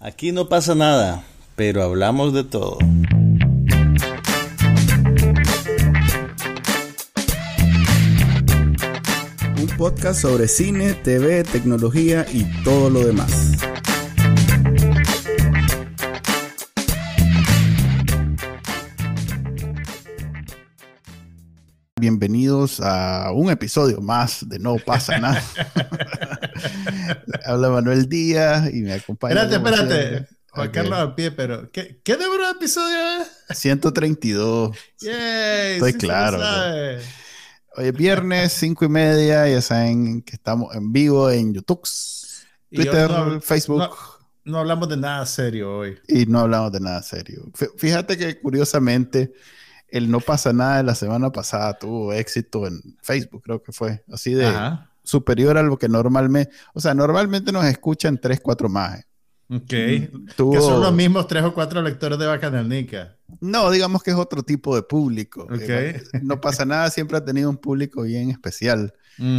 Aquí no pasa nada, pero hablamos de todo. Un podcast sobre cine, TV, tecnología y todo lo demás. Bienvenidos a un episodio más de No Pasa Nada. Habla Manuel Díaz y me acompaña. Espérate. Juan Okay. Carlos a pie, pero ¿qué número de episodio es? 132. Yay, Estoy sí claro. se lo sabe. Hoy es viernes, 5:30. Ya saben que estamos en vivo en YouTube, Twitter, Facebook. No hablamos de nada serio hoy. Y no hablamos de nada serio. Fíjate que curiosamente el No Pasa Nada de la semana pasada tuvo éxito en Facebook, creo que fue. Así de superior a lo que normalmente... O sea, normalmente nos escuchan 3, 4 más. Ok. Que son los mismos 3 o 4 lectores de Bacanalnica. No, digamos que es otro tipo de público. Okay. No Pasa Nada siempre ha tenido un público bien especial.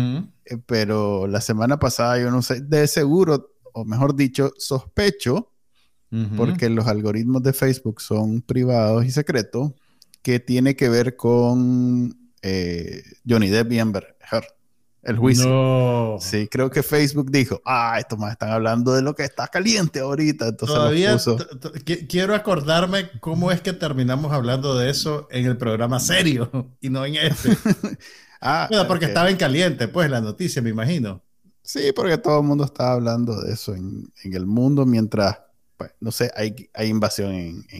Pero la semana pasada, yo no sé, de seguro, o mejor dicho, sospecho, porque los algoritmos de Facebook son privados y secretos, que tiene que ver con Johnny Depp y Amber Heard, el juicio. No. Sí, creo que Facebook dijo, estos más están hablando de lo que está caliente ahorita. Entonces todavía los puso. Quiero acordarme cómo es que terminamos hablando de eso en el programa serio y no en este. Bueno, porque estaba en caliente, pues, la noticia, me imagino. Sí, porque todo el mundo estaba hablando de eso en el mundo mientras, pues, no sé, hay invasión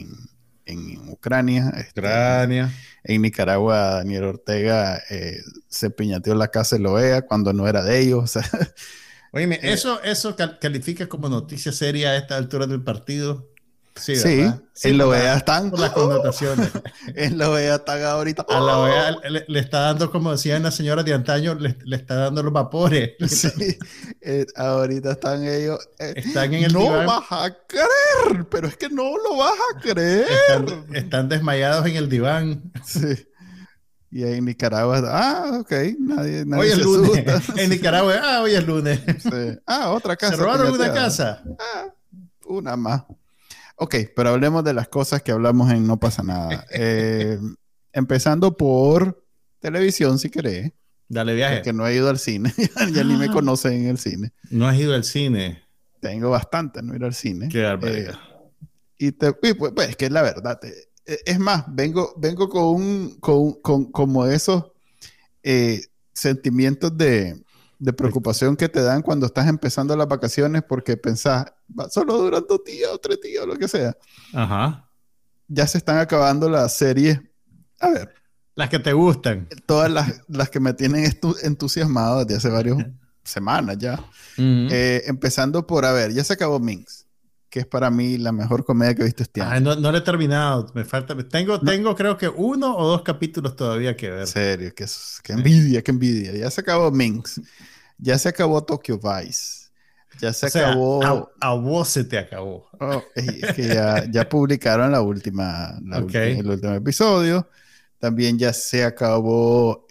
en Ucrania. En Nicaragua, Daniel Ortega se piñateó la casa de la OEA cuando no era de ellos. O sea, Óyeme, ¿eso califica como noticia seria a esta altura del partido? Sí, en la OEA están. Por las connotaciones. En la OEA están ahorita. A la OEA le está dando, como decían las señoras de antaño, le está dando los vapores. Sí, ahorita están ellos. Están en el no diván. Vas a creer, pero es que no lo vas a creer. Están desmayados en el diván. Sí. Y en Nicaragua, ok, nadie hoy es se lunes. asusta. En Nicaragua, hoy es lunes. Sí. Otra casa. ¿Se robaron una casa? Una más. Ok, pero hablemos de las cosas que hablamos en No Pasa Nada. Empezando por televisión, si querés. Dale viaje. Porque no he ido al cine. Ya ni me conocen en el cine. ¿No has ido al cine? Tengo bastante no ir al cine. Qué barbaridad. Pues es que es la verdad. Es más, vengo con como esos sentimientos de preocupación que te dan cuando estás empezando las vacaciones porque pensás, solo duran 2 días o 3 días o lo que sea. Ajá. Ya se están acabando las series. A ver. Las que te gustan. Todas las que me tienen entusiasmado desde hace varias semanas ya. Empezando por, ya se acabó Minx, que es para mí la mejor comedia que he visto este año. No lo he terminado. Me falta. Tengo creo que 1 o 2 capítulos todavía que ver. En serio, que envidia. Ya se acabó Minx. Ya se acabó Tokyo Vice. Ya se acabó. A vos se te acabó. Es que ya publicaron el último episodio. También ya se acabó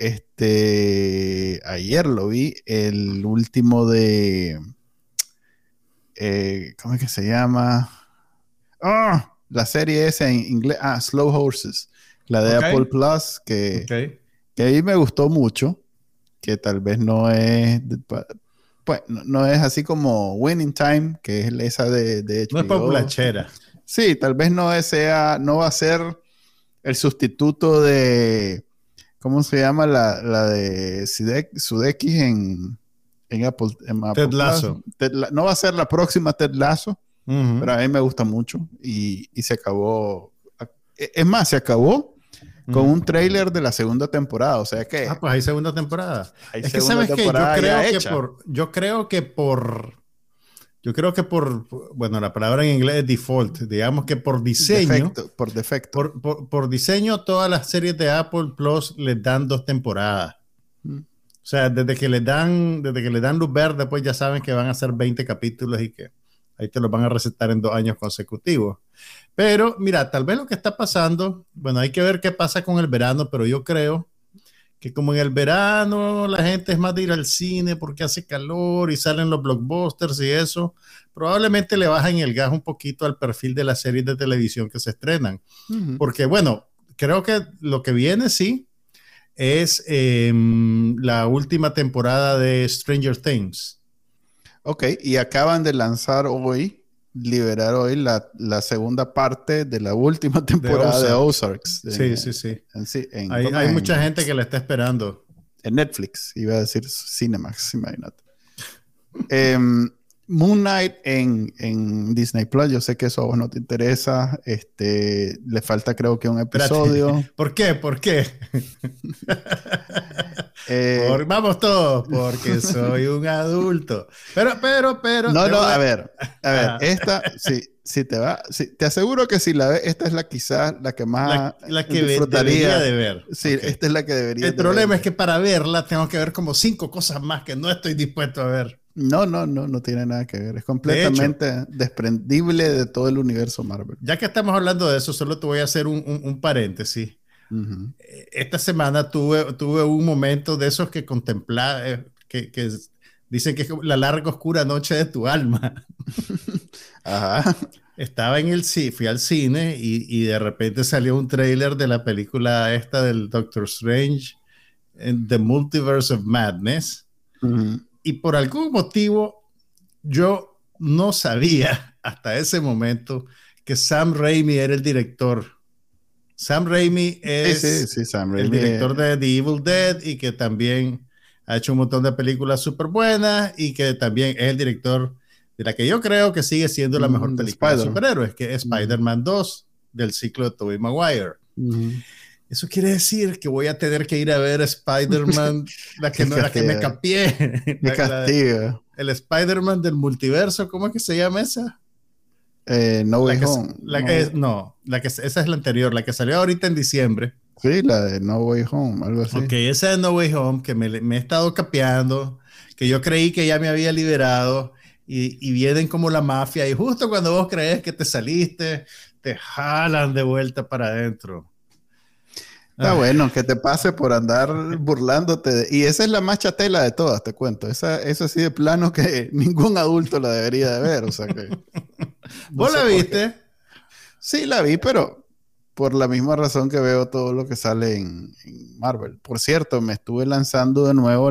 ayer lo vi, el último de ¿cómo es que se llama? La serie esa en inglés, Slow Horses, la de Apple Plus, que a mí me gustó mucho, que tal vez no es pues no es así como Winning Time, que es esa de HBO. No es populachera. Sí, tal vez no va a ser el sustituto de, ¿cómo se llama? La de Sudeikis en Apple. Ted Lasso. No va a ser la próxima Ted Lasso, pero a mí me gusta mucho y se acabó. Es más, se acabó con un tráiler de la segda temporada, o sea que... pues hay segunda temporada. Es que sabes que yo creo que por, bueno, la palabra en inglés es default, digamos que por diseño. Por defecto. Por diseño, todas las series de Apple Plus les dan 2 temporadas. O sea, desde que le dan luz verde, pues ya saben que van a ser 20 capítulos y que ahí te los van a recetar en 2 años consecutivos. Pero mira, tal vez lo que está pasando, bueno, hay que ver qué pasa con el verano, pero yo creo que como en el verano la gente es más de ir al cine porque hace calor y salen los blockbusters y eso, probablemente le bajan el gas un poquito al perfil de las series de televisión que se estrenan. Porque bueno, creo que lo que viene sí es la última temporada de Stranger Things. Ok, y acaban de lanzar hoy, liberar hoy la segunda parte de la última temporada de Ozarks. Sí. Hay mucha gente que la está esperando. En Netflix, iba a decir Cinemax, imagínate. Moon Knight en Disney Plus, yo sé que eso a vos no te interesa. Le falta creo que un episodio. Espérate. ¿Por qué? Vamos todos, porque soy un adulto. Pero. No, a ver, esta, si te va, te aseguro que si la ves, esta es quizás la que más la que debería de ver. Sí, okay. Esta es la que debería El problema es que para verla tengo que ver como 5 cosas más que no estoy dispuesto a ver. No tiene nada que ver. Es completamente desprendible de todo el universo Marvel. Ya que estamos hablando de eso, solo te voy a hacer un paréntesis. Esta semana tuve un momento de esos que contemplaba, que dicen que es la larga oscura noche de tu alma. Ajá. Estaba fui al cine y de repente salió un tráiler de la película esta del Doctor Strange, The Multiverse of Madness. Y por algún motivo yo no sabía hasta ese momento que Sam Raimi era el director. Sam Raimi es Sam Raimi el director de The Evil Dead y que también ha hecho un montón de películas súper buenas y que también es el director de la que yo creo que sigue siendo la mejor película de superhéroes, que es Spider-Man 2 del ciclo de Tobey Maguire. Eso quiere decir que voy a tener que ir a ver Spider-Man, la que no era que me capié. ¡Qué castigo! El Spider-Man del multiverso, ¿cómo es que se llama esa? No Way Home. Esa es la anterior, la que salió ahorita en diciembre. Sí, la de No Way Home, algo así. Ok, esa de No Way Home, que me he estado capeando, que yo creí que ya me había liberado, y vienen como la mafia, y justo cuando vos crees que te saliste, te jalan de vuelta para adentro. Está bueno, que te pase por andar burlándote. Y esa es la más chatela de todas, te cuento. Esa así de plano que ningún adulto la debería de ver. O sea que... ¿Vos la viste? Sí, la vi, pero por la misma razón que veo todo lo que sale en Marvel. Por cierto, me estuve lanzando de nuevo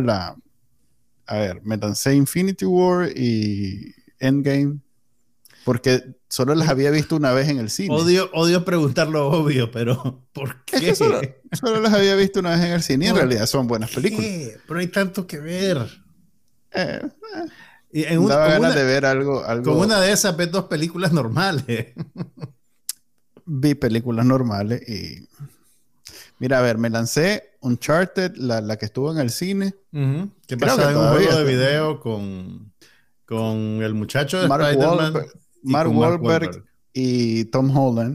me lancé Infinity War y Endgame. Porque solo las había visto una vez en el cine. Odio preguntar lo obvio, pero ¿por qué? Es que solo las había visto una vez en el cine y en realidad son buenas películas. Pero hay tanto que ver. Daba ganas de ver algo. Con una de esas ves 2 películas normales. Vi películas normales y... Mira, a ver, me lancé Uncharted, la que estuvo en el cine. ¿Qué pasa en un juego de video con el muchacho de Spider-Man? Mark Wahlberg y Tom Holland.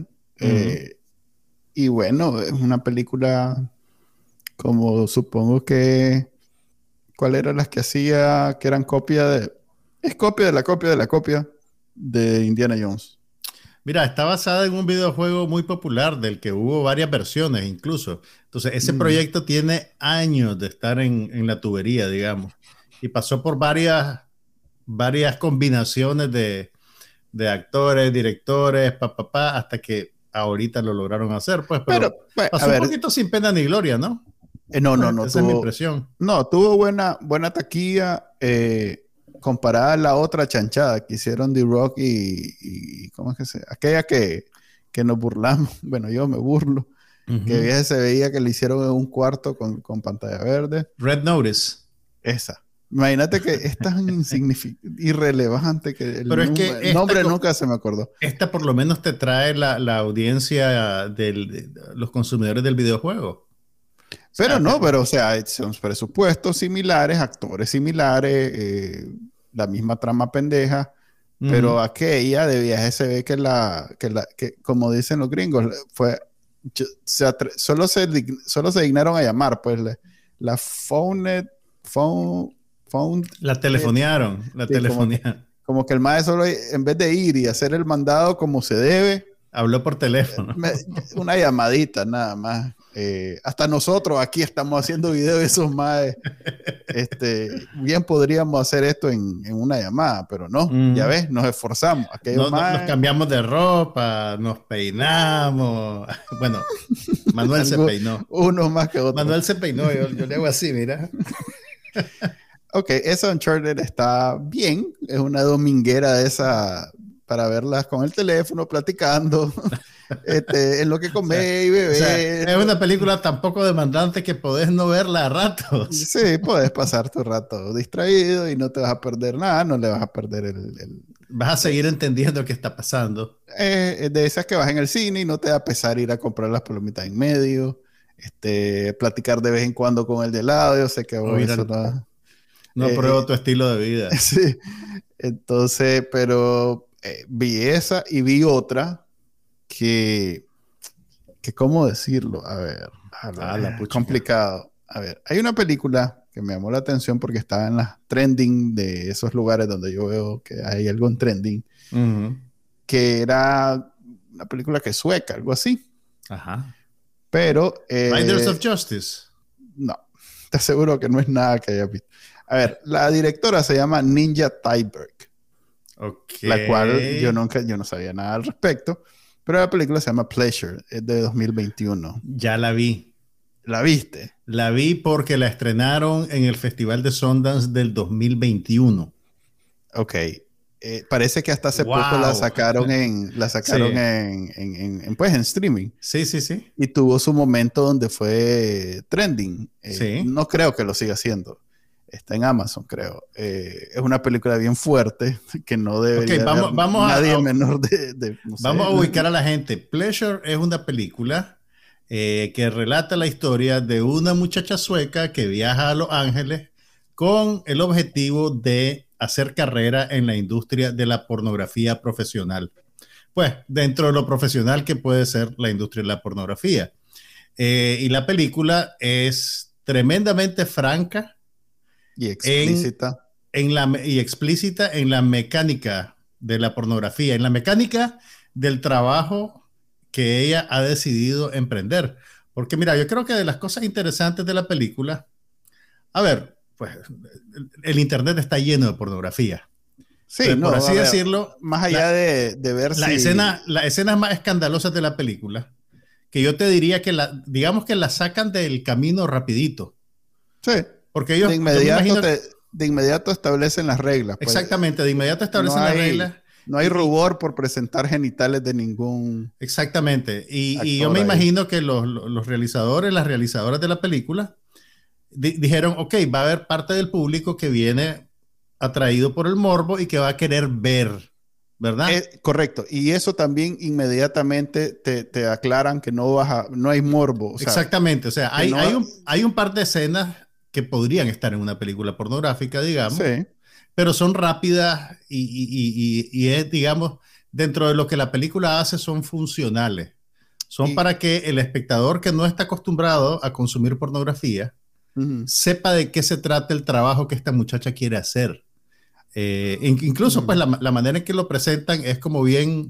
Y bueno, es una película como supongo que... ¿Cuál eran las que hacía? Que eran copia de... Es copia de la copia de la copia de Indiana Jones. Mira, está basada en un videojuego muy popular del que hubo varias versiones incluso. Entonces, ese proyecto tiene años de estar en la tubería, digamos. Y pasó por varias combinaciones de actores, directores, hasta que ahorita lo lograron hacer. Pues, pero pasó un poquito sin pena ni gloria, ¿no? No. Esa es mi impresión. No, tuvo buena taquilla comparada a la otra chanchada que hicieron The Rock y ¿cómo es que se? Aquella que nos burlamos. Bueno, yo me burlo. Que se veía que le hicieron en un cuarto con pantalla verde. Red Notice. Esa. Imagínate que es tan irrelevante que el nombre nunca se me acordó. Esta por lo menos te trae la audiencia de los consumidores del videojuego. Pero o sea, son presupuestos similares, actores similares, la misma trama pendeja, pero aquella de viaje se ve que como dicen los gringos, solo se dignaron a llamar, pues, la phone la telefonearon. Como que el maestro solo, en vez de ir y hacer el mandado como se debe, Habló por teléfono. Una llamadita nada más. Hasta nosotros aquí estamos haciendo videos de esos más. Bien podríamos hacer esto en una llamada, pero no, ya ves, nos esforzamos. Nos cambiamos de ropa, nos peinamos. Bueno, Manuel se peinó. Uno más que otro. Manuel se peinó, yo le hago así, mira. Ok, esa Uncharted está bien. Es una dominguera de esa para verlas con el teléfono, platicando. En lo que comer y beber. O sea, es una película tan poco demandante que podés no verla a ratos. Sí, podés pasar tu rato distraído y no te vas a perder nada, no le vas a perder Vas a seguir entendiendo qué está pasando. De esas que vas en el cine y no te va a pesar ir a comprar las palomitas en medio, platicar de vez en cuando con el de lado, yo sé que vos eso no pruebo tu estilo de vida. Sí, entonces, pero vi esa y vi otra que ¿cómo decirlo? A ver, complicado. A ver, hay una película que me llamó la atención porque estaba en las trending de esos lugares donde yo veo que hay algo en trending, que era una película que es sueca, algo así. Ajá. Pero... Riders of Justice. No, te aseguro que no es nada que haya visto. A ver, la directora se llama Ninja Thyberg. Okay. La cual yo no sabía nada al respecto. Pero la película se llama Pleasure, es de 2021. Ya la vi. ¿La viste? La vi porque la estrenaron en el Festival de Sundance del 2021. Ok. Parece que hasta hace poco la sacaron pues, en streaming. Sí, sí, sí. Y tuvo su momento donde fue trending. Sí. No creo que lo siga haciendo. Está en Amazon, creo. Es una película bien fuerte que no debería nadie menor de no sé, vamos a ubicar a la gente. Pleasure es una película que relata la historia de una muchacha sueca que viaja a Los Ángeles con el objetivo de hacer carrera en la industria de la pornografía profesional. Pues dentro de lo profesional que puede ser la industria de la pornografía. Y la película es tremendamente franca y explícita. Explícita en la mecánica de la pornografía, en la mecánica del trabajo que ella ha decidido emprender. Porque mira, yo creo que de las cosas interesantes de la película, a ver, pues el internet está lleno de pornografía. Sí, entonces, por así decirlo, más allá de ver las escenas más escandalosas de la película, que yo te diría que digamos que la sacan del camino rapidito. Sí. Porque ellos de inmediato establecen las reglas. Pues. Exactamente, de inmediato establecen las reglas. No hay rubor por presentar genitales de ningún... Exactamente. Y yo me imagino que los realizadores, las realizadoras de la película dijeron, ok, va a haber parte del público que viene atraído por el morbo y que va a querer ver, ¿verdad? Correcto. Y eso también inmediatamente te aclaran que no hay morbo. O sea, exactamente. O sea, hay un par de escenas que podrían estar en una película pornográfica, digamos, sí, pero son rápidas y es, digamos, dentro de lo que la película hace, son funcionales. Son para que el espectador que no está acostumbrado a consumir pornografía sepa de qué se trata el trabajo que esta muchacha quiere hacer. Incluso, pues, la manera en que lo presentan es como bien...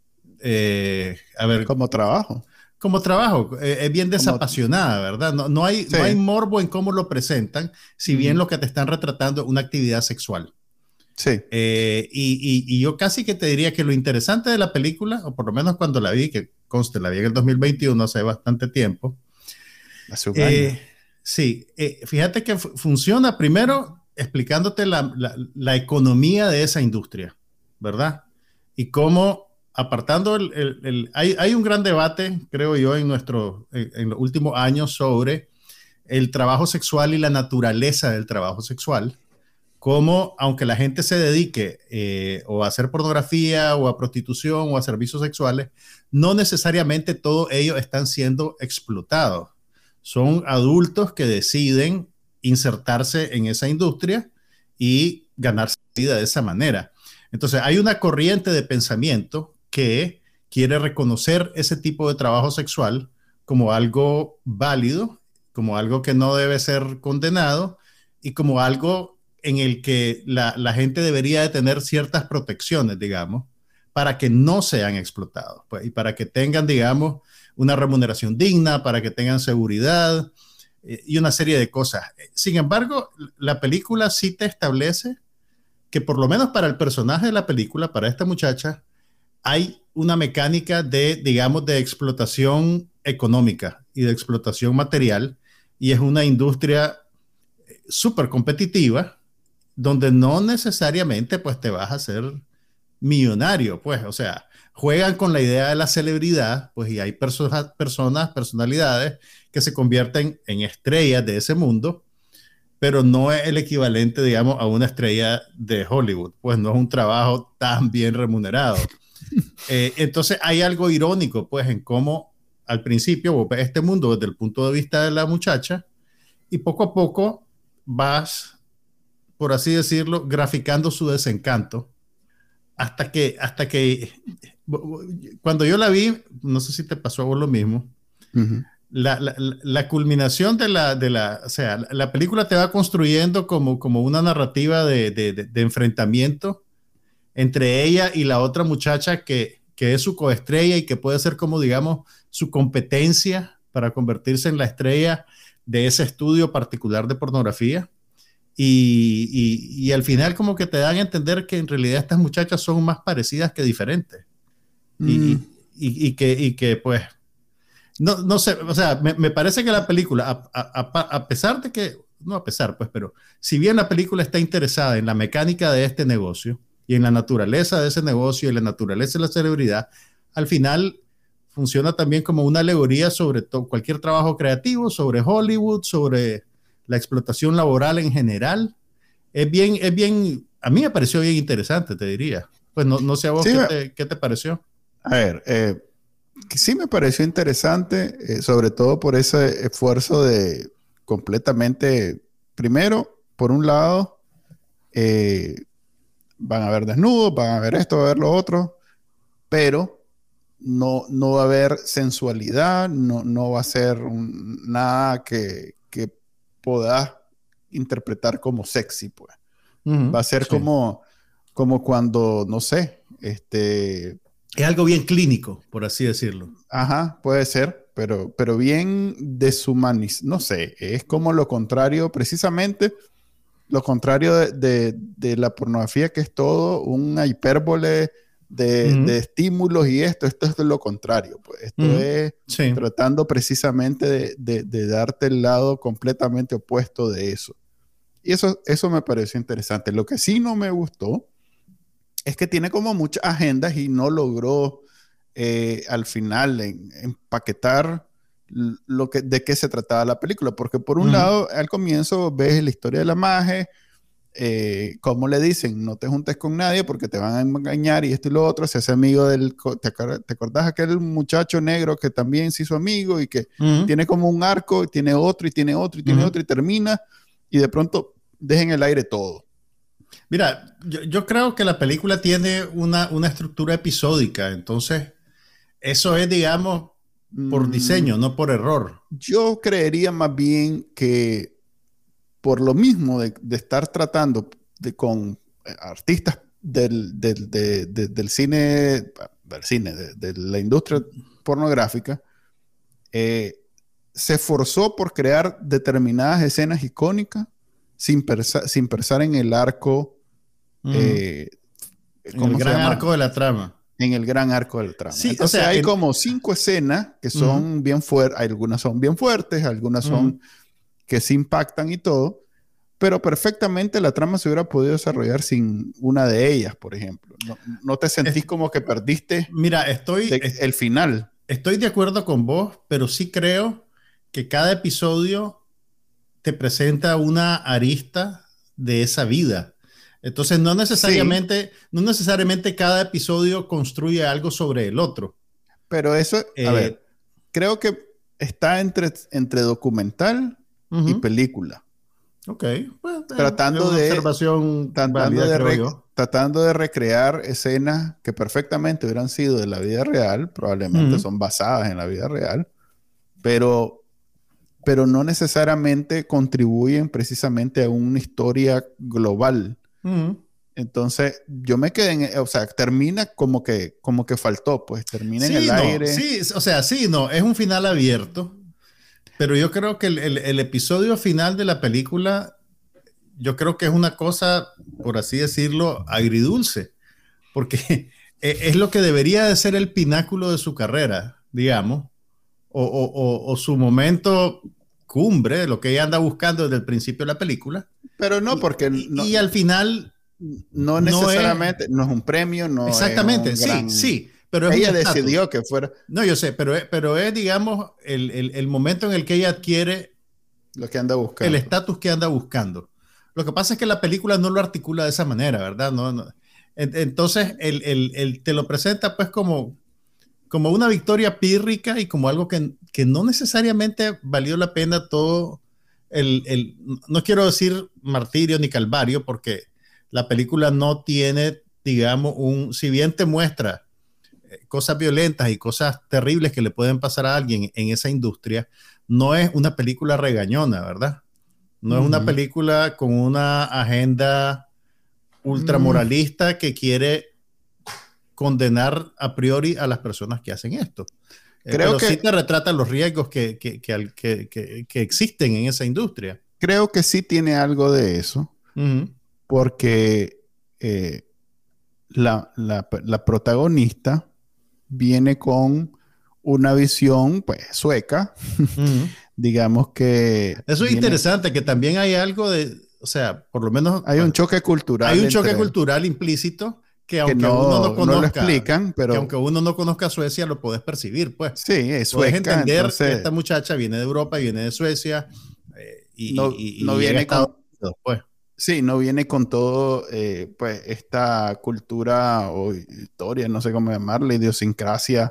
como trabajo. Como trabajo, es bien desapasionada, ¿verdad? No hay morbo en cómo lo presentan, si bien lo que te están retratando es una actividad sexual. Sí. Y yo casi que te diría que lo interesante de la película, o por lo menos cuando la vi, que conste, la vi en el 2021, hace bastante tiempo. Hace un año. Sí, fíjate que funciona primero explicándote la economía de esa industria, ¿verdad? Y cómo... apartando hay un gran debate, creo yo, en los últimos años sobre el trabajo sexual y la naturaleza del trabajo sexual, como aunque la gente se dedique o a hacer pornografía o a prostitución o a servicios sexuales, no necesariamente todos ellos están siendo explotados. Son adultos que deciden insertarse en esa industria y ganarse la vida de esa manera. Entonces, hay una corriente de pensamiento que quiere reconocer ese tipo de trabajo sexual como algo válido, como algo que no debe ser condenado y como algo en el que la gente debería de tener ciertas protecciones, digamos, para que no sean explotados, pues, y para que tengan, digamos, una remuneración digna, para que tengan seguridad y una serie de cosas. Sin embargo, la película sí te establece que por lo menos para el personaje de la película, para esta muchacha, hay una mecánica de, digamos, de explotación económica y de explotación material, y es una industria súper competitiva, donde no necesariamente pues te vas a hacer millonario, pues, o sea, juegan con la idea de la celebridad, pues, y hay personalidades que se convierten en estrellas de ese mundo, pero no es el equivalente, digamos, a una estrella de Hollywood, pues no es un trabajo tan bien remunerado. Entonces hay algo irónico, pues, en cómo al principio vos ves este mundo desde el punto de vista de la muchacha y poco a poco vas, por así decirlo, graficando su desencanto hasta que cuando yo la vi, no sé si te pasó a vos lo mismo, la culminación o sea, la película te va construyendo como una narrativa de enfrentamiento entre ella y la otra muchacha que es su coestrella y que puede ser como, digamos, su competencia para convertirse en la estrella de ese estudio particular de pornografía. Y al final como que te dan a entender que en realidad estas muchachas son más parecidas que diferentes. Y que pues, no sé, o sea, me parece que la película, a pesar de que, no a pesar, pues, pero si bien la película está interesada en la mecánica de este negocio y en la naturaleza de ese negocio y la naturaleza de la celebridad, al final funciona también como una alegoría sobre cualquier trabajo creativo, sobre Hollywood, sobre la explotación laboral en general. Es bien, a mí me pareció bien interesante, te diría. Pues no sé a vos sí, ¿qué te pareció? A ver, sí me pareció interesante, sobre todo por ese esfuerzo de completamente, primero, por un lado, van a haber desnudos, van a haber esto, va a haber lo otro, pero no va a haber sensualidad, no va a ser nada que puedas interpretar como sexy, pues. Va a ser sí, como cuando, no sé, es algo bien clínico, por así decirlo. Ajá, puede ser, pero bien deshumanizado, no sé, es como lo contrario, precisamente lo contrario de la pornografía, que es todo una hipérbole de estímulos y esto es lo contrario, pues esto es sí, tratando precisamente de darte el lado completamente opuesto de eso. Y eso me pareció interesante. Lo que sí no me gustó es que tiene como muchas agendas y no logró al final empaquetar de qué se trataba la película, porque por un lado al comienzo ves la historia de la maje, como le dicen, no te juntes con nadie porque te van a engañar y esto y lo otro, se hace amigo ¿te acordás aquel muchacho negro que también se hizo amigo y que tiene como un arco, y tiene otro y tiene otro y tiene otro y termina y de pronto deja en el aire todo? Mira, yo creo que la película tiene una estructura episódica, entonces eso es, digamos, por diseño, no por error. Yo creería más bien que por lo mismo de estar tratando con artistas del cine, de la industria pornográfica, se esforzó por crear determinadas escenas icónicas sin pensar en el arco. En el gran arco de la trama. En el gran arco de la trama. Sí, entonces, o sea, hay como 5 escenas que son bien fuertes, algunas son bien fuertes, algunas son que se impactan y todo, pero perfectamente la trama se hubiera podido desarrollar sin una de ellas, por ejemplo. No te sentís como que perdiste el final. Estoy de acuerdo con vos, pero sí creo que cada episodio te presenta una arista de esa vida. Entonces no necesariamente cada episodio construye algo sobre el otro. Pero eso, a ver, creo que está entre documental y película. Ok. Pues, tratando de recrear escenas que perfectamente hubieran sido de la vida real, probablemente son basadas en la vida real, pero no necesariamente contribuyen precisamente a una historia global. Entonces, yo me quedé o sea, termina como que faltó, pues termina en el aire. Sí, o sea, sí, no, es un final abierto, pero yo creo que el episodio final de la película, yo creo que es una cosa, por así decirlo, agridulce, porque es lo que debería de ser el pináculo de su carrera, digamos, o su momento cumbre, lo que ella anda buscando desde el principio de la película. Pero no, porque y al final no necesariamente, no es un premio, no exactamente, es un gran... sí, pero ella decidió que fuera. No, yo sé, pero es, digamos, el momento en el que ella adquiere lo que anda buscando. El estatus que anda buscando. Lo que pasa es que la película no lo articula de esa manera, ¿verdad? No. Entonces, te lo presenta pues como una victoria pírrica y como algo que no necesariamente valió la pena todo no quiero decir martirio ni calvario, porque la película no tiene, digamos, si bien te muestra cosas violentas y cosas terribles que le pueden pasar a alguien en esa industria, no es una película regañona, ¿verdad? No es una película con una agenda ultramoralista que quiere condenar a priori a las personas que hacen esto. Pero sí te retrata los riesgos que existen en esa industria. Creo que sí tiene algo de eso, porque la protagonista viene con una visión pues sueca, digamos que... Eso es interesante, que también hay algo de, o sea, por lo menos... Hay un choque cultural. Hay un choque cultural implícito que aunque uno no conozca, no lo explican, pero... que aunque uno no conozca Suecia, lo puedes percibir, pues. Sí, es sueca. Puedes entender entonces, que esta muchacha viene de Europa, viene de Suecia, y no viene con... pues. Sí, no viene con todo, pues, esta cultura o historia, no sé cómo llamarla, idiosincrasia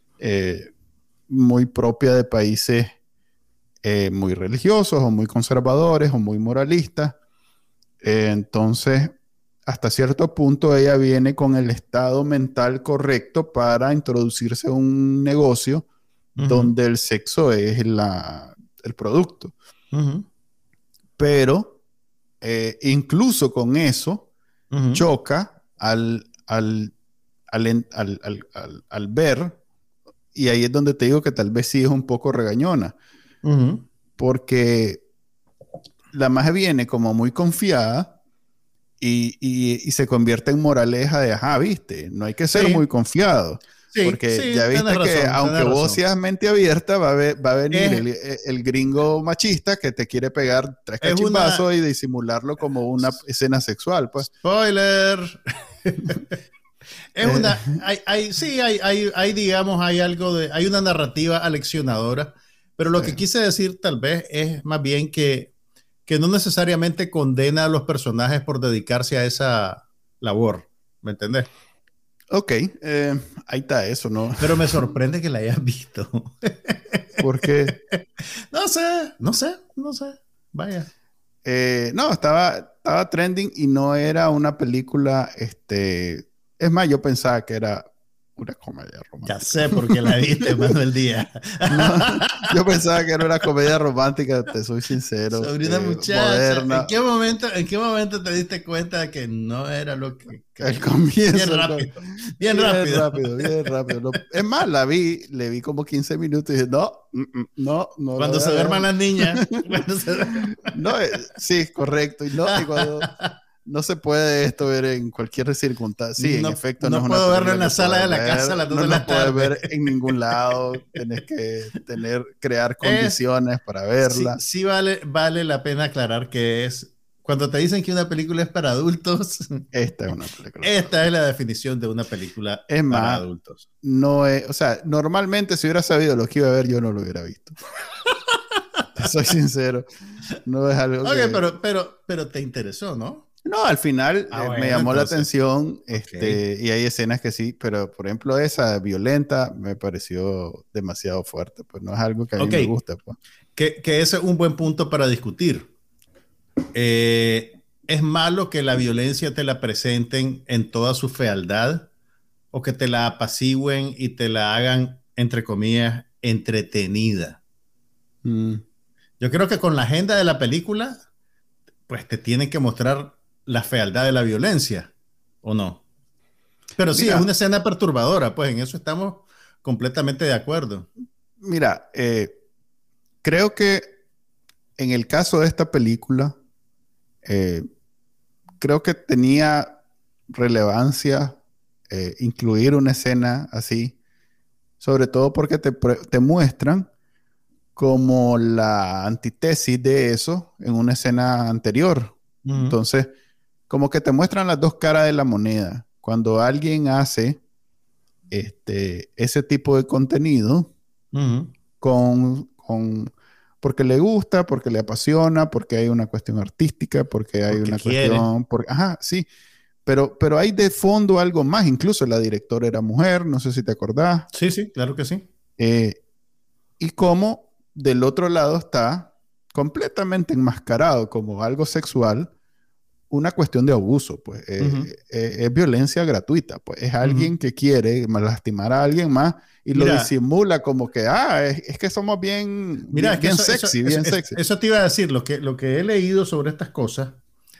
muy propia de países muy religiosos o muy conservadores o muy moralistas. Entonces, hasta cierto punto ella viene con el estado mental correcto para introducirse a un negocio donde el sexo es el producto. Pero incluso con eso choca al ver, y ahí es donde te digo que tal vez sí es un poco regañona, porque la magia viene como muy confiada y se convierte en moraleja de, ajá, viste, no hay que ser muy confiado. Sí, porque ya viste que aunque vos seas mente abierta, va a venir el gringo machista que te quiere pegar 3 cachimbazos y disimularlo como una escena sexual, pues. ¡Spoiler! Es una... hay, digamos, hay una narrativa aleccionadora, pero lo que quise decir tal vez es más bien que no necesariamente condena a los personajes por dedicarse a esa labor, ¿me entendés? Ok, ahí está eso, ¿no? Pero me sorprende que la hayas visto. ¿Por qué? No sé, vaya. No, estaba trending y no era una película, es más, yo pensaba que era una comedia romántica. Ya sé por qué la viste, Manuel Díaz. No, yo pensaba que era una comedia romántica, te soy sincero. Sobre una muchacha. Moderna. ¿En qué momento te diste cuenta de que no era lo que... El comienzo. Bien rápido. Bien rápido. Es más, le vi como 15 minutos y dije, no. Cuando se duerman las niñas. No, sí, correcto. Y cuando... No se puede esto ver en cualquier circunstancia. Sí, en efecto. No puedo verlo en la sala de la casa a las 2 de la tarde. No puedes ver en ningún lado. Tienes que crear condiciones para verla. Sí vale la pena aclarar que cuando te dicen que una película es para adultos, esta es una película. Esta es la definición de una película para adultos. No es, o sea, normalmente si hubiera sabido lo que iba a ver, yo no lo hubiera visto. Soy sincero. No es algo pero te interesó, ¿no? No, al final me llamó la atención y hay escenas que sí, pero por ejemplo esa violenta me pareció demasiado fuerte, pues no es algo que a mí me gusta. Pues. Que ese es un buen punto para discutir. ¿Es malo que la violencia te la presenten en toda su fealdad o que te la apacigüen y te la hagan, entre comillas, entretenida? Yo creo que con la agenda de la película, pues te tienen que mostrar la fealdad de la violencia. ¿o no? Pero sí, Mira, es una escena perturbadora, pues en eso estamos completamente de acuerdo. Mira, creo que en el caso de esta película, creo que tenía relevancia incluir una escena así, sobre todo porque te muestran como la antítesis de eso en una escena anterior. Entonces, como que te muestran las dos caras de la moneda. Cuando alguien hace ese tipo de contenido porque le gusta, porque le apasiona, porque hay una cuestión artística, porque hay una cuestión... Ajá, sí. Pero hay de fondo algo más. Incluso la directora era mujer, no sé si te acordás. Sí, sí, claro que sí. Y como del otro lado está completamente enmascarado como algo sexual, una cuestión de abuso, pues. Es violencia gratuita, pues. Es alguien que quiere lastimar a alguien más y lo disimula como que, es que somos bien, bien sexy, bien sexy. Eso te iba a decir, lo que he leído sobre estas cosas,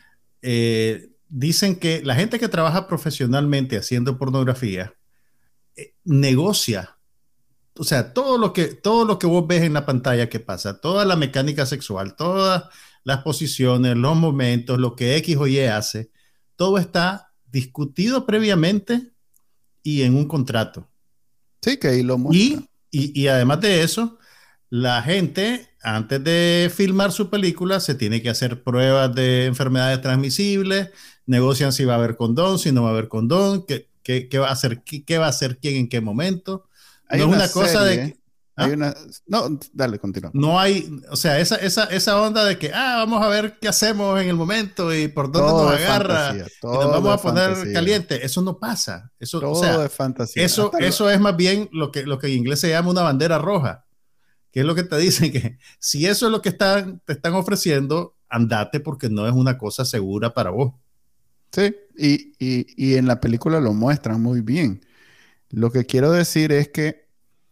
dicen que la gente que trabaja profesionalmente haciendo pornografía negocia. O sea, todo lo que vos ves en la pantalla que pasa, toda la mecánica sexual, todas las posiciones, los momentos, lo que X o Y hace, todo está discutido previamente y en un contrato. Sí, que ahí lo muestra. Y además de eso, la gente, antes de filmar su película, se tiene que hacer pruebas de enfermedades transmisibles, negocian si va a haber condón, si no va a haber condón, qué va a hacer, qué va a hacer quién en qué momento. Hay no una es una serie, cosa de que, hay una... No, dale, continúa. No hay, o sea, esa onda de que, vamos a ver qué hacemos en el momento y por dónde todo nos agarra fantasía, y nos vamos a poner caliente. Eso no pasa. Eso, todo o sea, es fantasía. Eso es más bien lo que en inglés se llama una bandera roja, que es lo que te dicen que si eso es lo que te están ofreciendo, andate porque no es una cosa segura para vos. Sí, y en la película lo muestran muy bien. Lo que quiero decir es que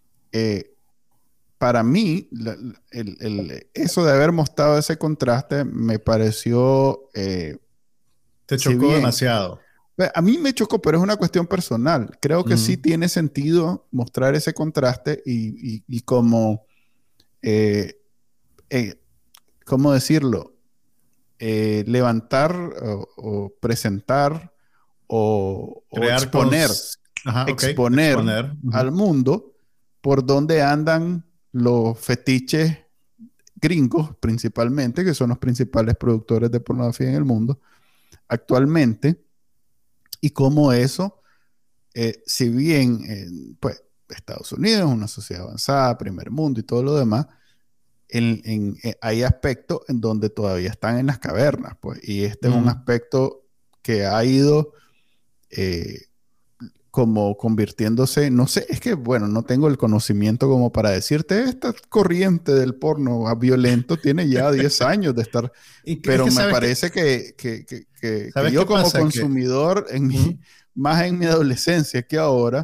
para mí, eso de haber mostrado ese contraste me pareció... Te chocó demasiado. A mí me chocó, pero es una cuestión personal. Creo que sí tiene sentido mostrar ese contraste y como... ¿cómo decirlo? Levantar o presentar o exponer, exponer al mundo por donde andan los fetiches gringos principalmente, que son los principales productores de pornografía en el mundo actualmente, y cómo eso, si bien pues Estados Unidos es una sociedad avanzada, primer mundo y todo lo demás, hay aspectos en donde todavía están en las cavernas, pues, y este es un aspecto que ha ido como convirtiéndose, no sé, es que, bueno, no tengo el conocimiento como para decirte, esta corriente del porno violento tiene ya 10 años de estar, pero me parece que yo como consumidor, más en mi adolescencia que ahora,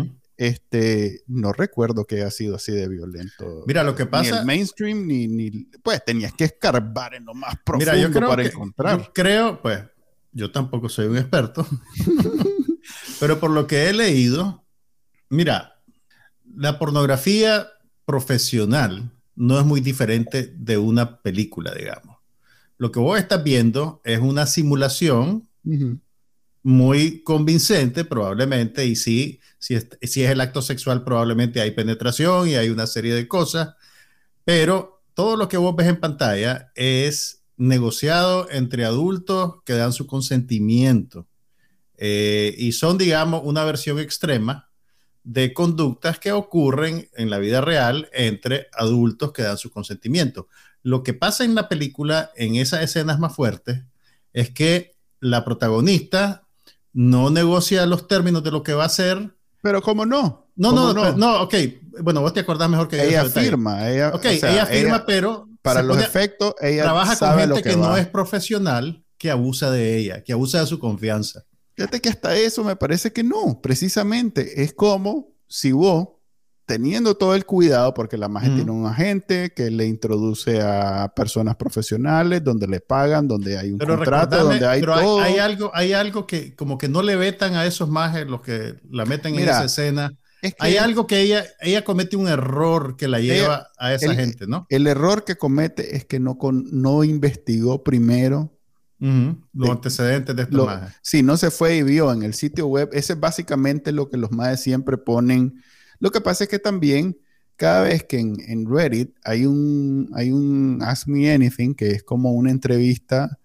no recuerdo que haya sido así de violento. Mira, lo que pasa... Ni el mainstream, ni pues tenías que escarbar en lo más profundo para encontrar. Yo creo, pues, yo tampoco soy un experto, pero por lo que he leído, mira, la pornografía profesional no es muy diferente de una película, digamos. Lo que vos estás viendo es una simulación muy convincente, probablemente, y si es el acto sexual, probablemente hay penetración y hay una serie de cosas, pero todo lo que vos ves en pantalla es negociado entre adultos que dan su consentimiento. Y son, digamos, una versión extrema de conductas que ocurren en la vida real entre adultos que dan su consentimiento. Lo que pasa en la película, en esas escenas más fuertes, es que la protagonista no negocia los términos de lo que va a hacer. Pero ¿cómo no? No, ok. Bueno, vos te acordás mejor que yo. Ella firma. Ella firma, pero para los efectos, ella trabaja sabe con gente lo que no es profesional, que abusa de ella, que abusa de su confianza. Fíjate que hasta eso me parece que no. Precisamente es como si vos teniendo todo el cuidado, porque la magia tiene un agente que le introduce a personas profesionales, donde le pagan, donde hay un contrato, donde hay todo. Hay algo que como que no le vetan a esos mages, los que la meten en esa escena. Es que hay algo que ella comete un error que la lleva a esa gente, ¿no? El error que comete es que no investigó primero los antecedentes de estos mages. Sí, no se fue y vio en el sitio web. Ese es básicamente lo que los mages siempre ponen. Lo que pasa es que también cada vez que en Reddit hay un Ask Me Anything, que es como una entrevista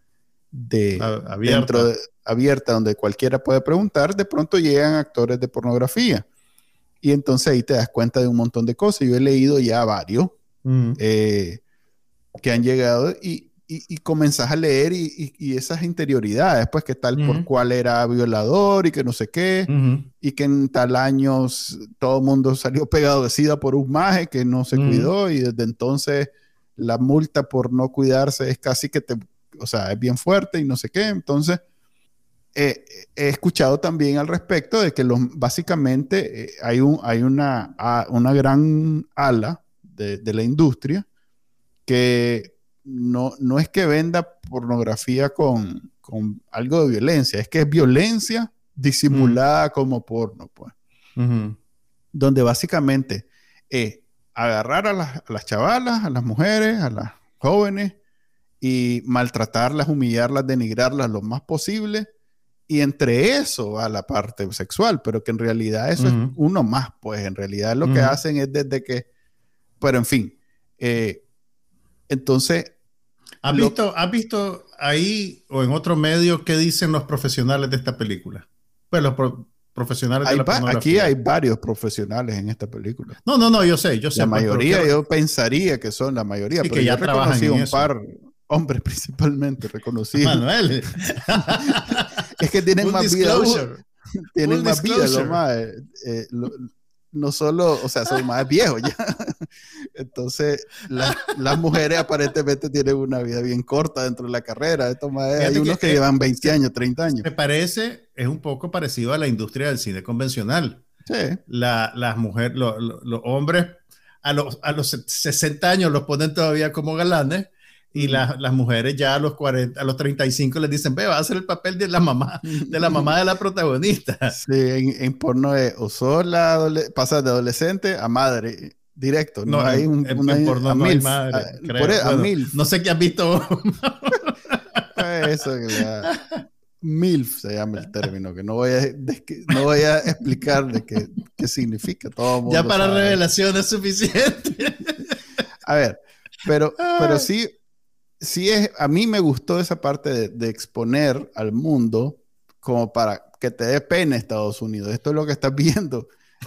abierta donde cualquiera puede preguntar, de pronto llegan actores de pornografía. Y entonces ahí te das cuenta de un montón de cosas. Yo he leído ya varios que han llegado y comenzás a leer y esas interioridades, pues que tal por cual era violador y que no sé qué, y que en tal año todo el mundo salió pegado de SIDA por un maje que no se cuidó y desde entonces la multa por no cuidarse es casi que o sea, es bien fuerte y no sé qué. Entonces, he escuchado también al respecto de que básicamente hay una gran ala de la industria que no es que venda pornografía con algo de violencia, es que es violencia disimulada como porno, pues. Donde básicamente es agarrar a las chavalas, a las mujeres, a las jóvenes y maltratarlas, humillarlas, denigrarlas lo más posible. Y entre eso va la parte sexual, pero que en realidad eso es uno más, pues en realidad lo que hacen es desde que, pero en fin, entonces... ¿Has visto ahí o en otro medio qué dicen los profesionales de esta película? Pues los profesionales de la pornografía. Aquí hay varios profesionales en esta película. No, yo sé. La mayoría, yo pensaría que son la mayoría, sí, pero que ya yo reconocí un eso. par, hombres principalmente reconocidos. Manuel. Es que tienen más vida. Tienen más vida, lo más. No solo, o sea, son más viejos ya. Entonces, las mujeres aparentemente tienen una vida bien corta dentro de la carrera. Hay unos que llevan 20 años, 30 años. Me parece, es un poco parecido a la industria del cine convencional. Sí. Las mujeres, los hombres a los 60 años los ponen todavía como galanes. Y las mujeres ya a los 40, a los 35 les dicen, ve, va a hacer el papel de la mamá de la protagonista. Sí, en porno pasas de adolescente a madre, directo. No hay en porno no hay madre, MILF. No sé qué has visto. Eso, MILF se llama el término, que no voy a explicar de qué significa. Todo mundo ya para sabe. revelación es suficiente. A ver, pero sí a mí me gustó esa parte de exponer al mundo como para que te dé pena Estados Unidos. Esto es lo que estás viendo.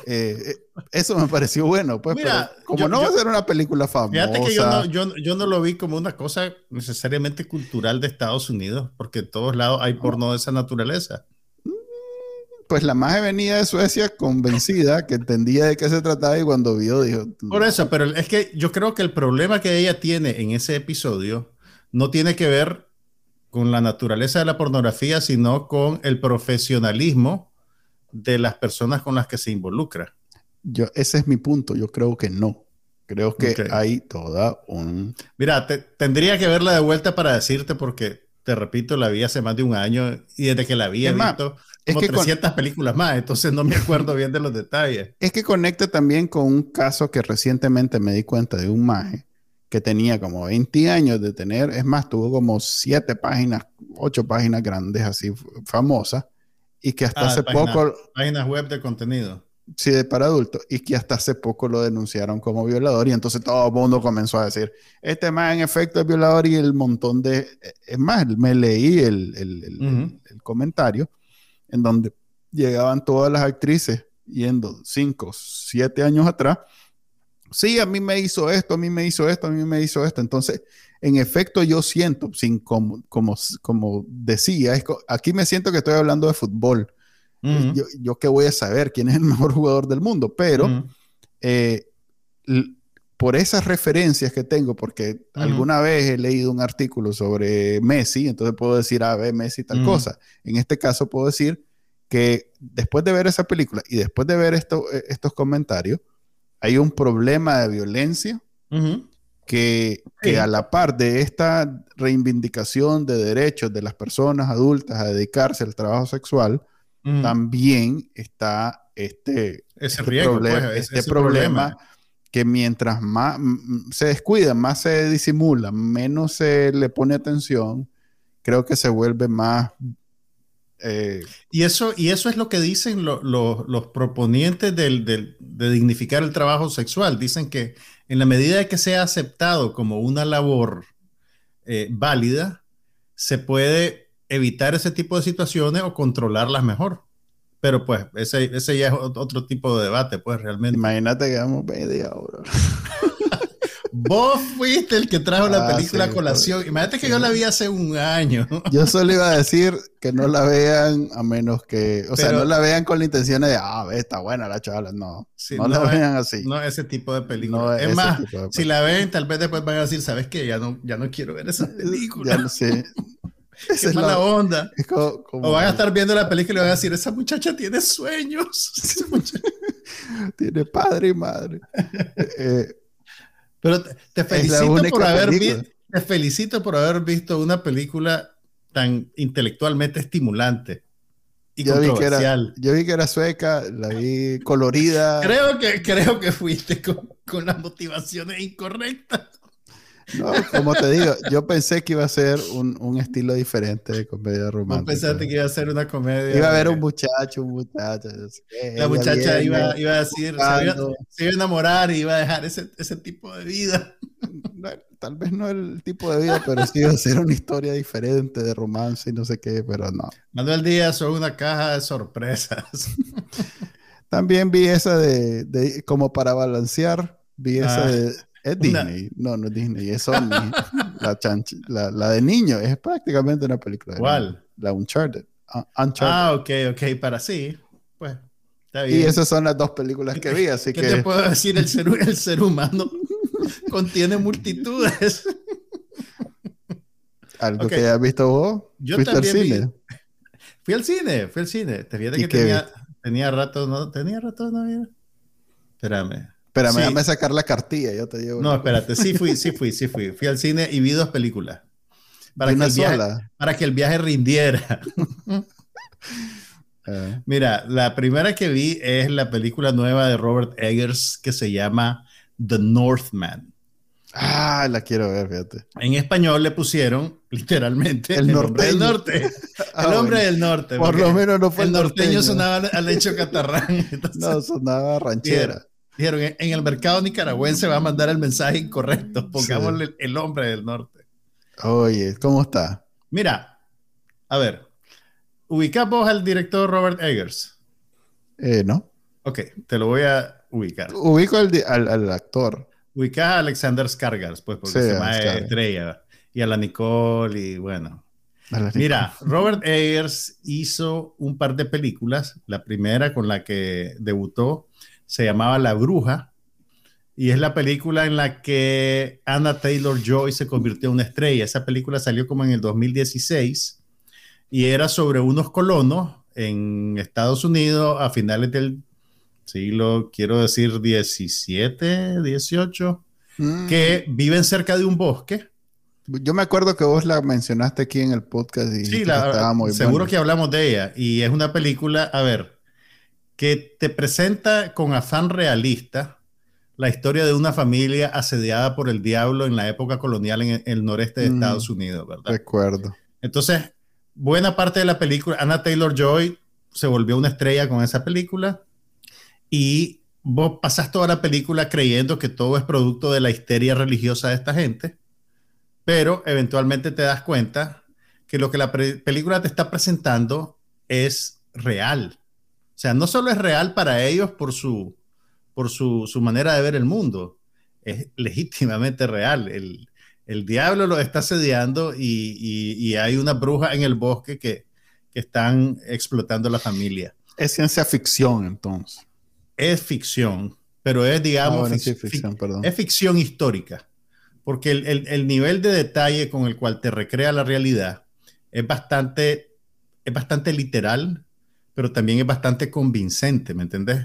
Eso me pareció bueno, pues. Mira, pero como no va a ser una película famosa. Fíjate que yo no lo vi como una cosa necesariamente cultural de Estados Unidos, porque en todos lados hay porno de esa naturaleza. Pues la maje venía de Suecia convencida que entendía de qué se trataba y cuando vio dijo... Por eso, pero es que yo creo que el problema que ella tiene en ese episodio no tiene que ver con la naturaleza de la pornografía, sino con el profesionalismo de las personas con las que se involucra. Ese es mi punto. Yo creo que no. Creo que hay toda un... Mira, tendría que verla de vuelta para decirte porque, te repito, la vi hace más de un año y desde que la vi he visto como 300 películas más, entonces no me acuerdo bien de los detalles. Es que conecta también con un caso que recientemente me di cuenta de un maje que tenía como 20 años de tener, es más, tuvo como 8 páginas grandes así famosas y que hasta hace poco... Páginas web de contenido. Sí, para adultos, y que hasta hace poco lo denunciaron como violador y entonces todo el mundo comenzó a decir, este más en efecto es violador y el montón de... Es más, me leí el comentario en donde llegaban todas las actrices yendo 5, 7 años atrás. Sí, a mí me hizo esto, a mí me hizo esto, a mí me hizo esto. Entonces, en efecto, yo siento, como decía, aquí me siento que estoy hablando de fútbol. Yo qué voy a saber quién es el mejor jugador del mundo, pero por esas referencias que tengo, porque alguna vez he leído un artículo sobre Messi, entonces puedo decir, ve Messi tal cosa. En este caso puedo decir que después de ver esa película y después de ver estos comentarios, hay un problema de violencia que a la par de esta reivindicación de derechos de las personas adultas a dedicarse al trabajo sexual, también está ese problema que mientras más se descuida, más se disimula, menos se le pone atención, creo que se vuelve más... Y eso es lo que dicen los proponientes de dignificar el trabajo sexual. Dicen que en la medida de que sea aceptado como una labor válida, se puede evitar ese tipo de situaciones o controlarlas mejor. Pero pues ese ya es otro tipo de debate, pues realmente. Imagínate que vamos media hora. Vos fuiste el que trajo la película a colación. Imagínate que yo la vi hace un año. Yo solo iba a decir que no la vean a menos que... O sea, no la vean con la intención de, está buena la chavala. No, sí, no la vean así. No ese tipo de película. No es más, si la ven, tal vez después van a decir, ¿sabes qué? Ya no quiero ver esa película. Ya no sé. Esa es mala onda. Es como o van a estar viendo la película y van a decir, esa muchacha tiene sueños. Tiene padre y madre. Pero te felicito por haber visto una película tan intelectualmente estimulante y controversial. Yo vi que era sueca, la vi colorida. Creo que fuiste con las motivaciones incorrectas. No, como te digo, yo pensé que iba a ser un estilo diferente de comedia romántica. ¿No pensaste que iba a ser una comedia? Iba a haber un muchacho. La muchacha iba a decir, se iba a enamorar y iba a dejar ese tipo de vida. No, tal vez no el tipo de vida, pero sí iba a ser una historia diferente de romance y no sé qué, pero no. Manuel Díaz son una caja de sorpresas. También vi esa de como para balancear, vi esa de... Es Disney. No es Disney, es Sony. la de niño. Es prácticamente una película de ¿Cuál? niño. La Uncharted. Ok. Para sí. Pues, está bien. Y esas son las dos películas que vi, así ¿Qué te puedo decir? El ser humano contiene multitudes. ¿Algo que hayas visto vos? Yo ¿Fuiste al cine? Fui al cine. Te fíjate que tenía rato no ver. Espérame, déjame sacar la cartilla, yo te llevo. No, espérate, sí fui. Fui al cine y vi 2 películas. Para que el viaje rindiera. Mira, la primera que vi es la película nueva de Robert Eggers que se llama The Northman. La quiero ver, fíjate. En español le pusieron literalmente el hombre del norte. El hombre del norte. Por lo menos no fue el norteño. Sonaba al hecho catarrán. Entonces, no, sonaba ranchera. Dijeron, en el mercado nicaragüense va a mandar el mensaje incorrecto. Pongámosle el hombre del norte. Oye, ¿cómo está? Mira, a ver. ¿Ubicás vos al director Robert Eggers? No. Ok, te lo voy a ubicar. Ubico al actor. Ubicás a Alexander Skarsgård, pues, porque se llama estrella. Y a la Nicole, y bueno. Mira, Robert Eggers hizo un par de películas. La primera con la que debutó se llamaba La Bruja, y es la película en la que Anya Taylor-Joy se convirtió en una estrella. Esa película salió como en el 2016 y era sobre unos colonos en Estados Unidos a finales del siglo, quiero decir, 17, 18, que viven cerca de un bosque. Yo me acuerdo que vos la mencionaste aquí en el podcast y sí, estaba muy seguro buena. Que hablamos de ella, y es una película, a ver, que te presenta con afán realista la historia de una familia asediada por el diablo en la época colonial en el noreste de Estados Unidos, ¿verdad? Recuerdo. Entonces, buena parte de la película, Anya Taylor-Joy se volvió una estrella con esa película, y vos pasás toda la película creyendo que todo es producto de la histeria religiosa de esta gente, pero eventualmente te das cuenta que lo que la película te está presentando es real. O sea, no solo es real para ellos por su manera de ver el mundo, es legítimamente real. El diablo los está asediando y hay una bruja en el bosque que están explotando la familia. Es ciencia ficción, entonces. Es ficción, pero es, digamos, es ficción histórica, porque el nivel de detalle con el cual te recrea la realidad es bastante literal, pero también es bastante convincente, ¿me entendés?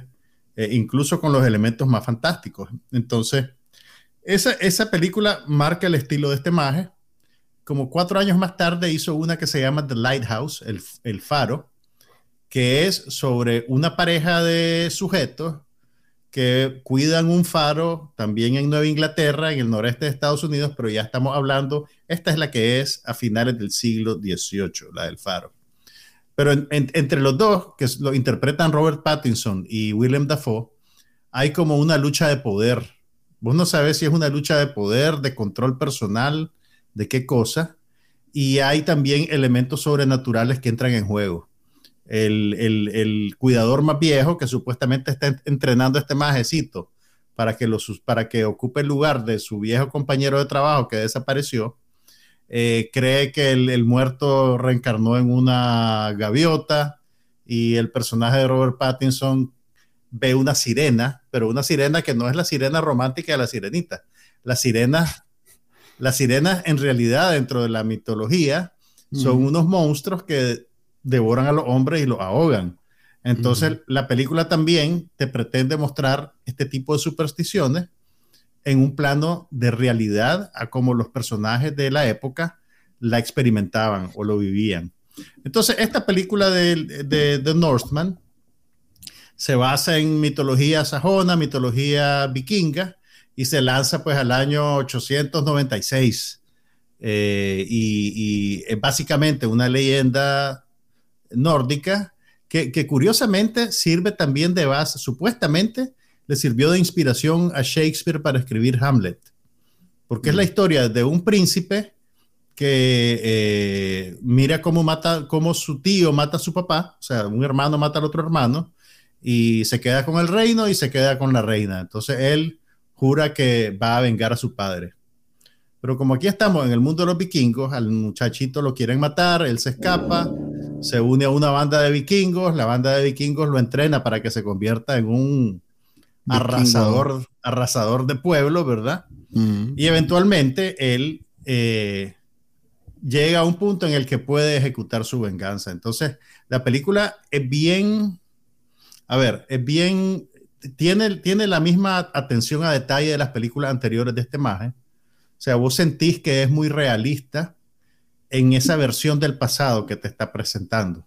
incluso con los elementos más fantásticos. Entonces, esa película marca el estilo de este maje. Como 4 años más tarde hizo una que se llama The Lighthouse, el Faro, que es sobre una pareja de sujetos que cuidan un faro también en Nueva Inglaterra, en el noreste de Estados Unidos, pero ya estamos hablando, esta es la que es a finales del siglo XVIII, la del faro. Pero entre los dos, que lo interpretan Robert Pattinson y Willem Dafoe, hay como una lucha de poder. Vos no sabés si es una lucha de poder, de control personal, de qué cosa, y hay también elementos sobrenaturales que entran en juego. El cuidador más viejo que supuestamente está entrenando a este majecito para que ocupe el lugar de su viejo compañero de trabajo que desapareció, cree que el muerto reencarnó en una gaviota, y el personaje de Robert Pattinson ve una sirena, pero una sirena que no es la sirena romántica de La Sirenita. Las sirenas en realidad dentro de la mitología son unos monstruos que devoran a los hombres y los ahogan. Entonces la película también te pretende mostrar este tipo de supersticiones en un plano de realidad a cómo los personajes de la época la experimentaban o lo vivían. Entonces esta película de The Northman se basa en mitología sajona, mitología vikinga, y se lanza pues al año 896. Y es básicamente una leyenda nórdica que curiosamente sirve también de base, supuestamente le sirvió de inspiración a Shakespeare para escribir Hamlet, porque es la historia de un príncipe que mira cómo su tío mata a su papá, o sea, un hermano mata al otro hermano, y se queda con el reino y se queda con la reina. Entonces él jura que va a vengar a su padre. Pero como aquí estamos en el mundo de los vikingos, al muchachito lo quieren matar, él se escapa, se une a una banda de vikingos, la banda de vikingos lo entrena para que se convierta en un arrasador de pueblo, ¿verdad? Y eventualmente él llega a un punto en el que puede ejecutar su venganza. Entonces, la película es bien, tiene la misma atención a detalle de las películas anteriores de este maje. O sea, vos sentís que es muy realista en esa versión del pasado que te está presentando.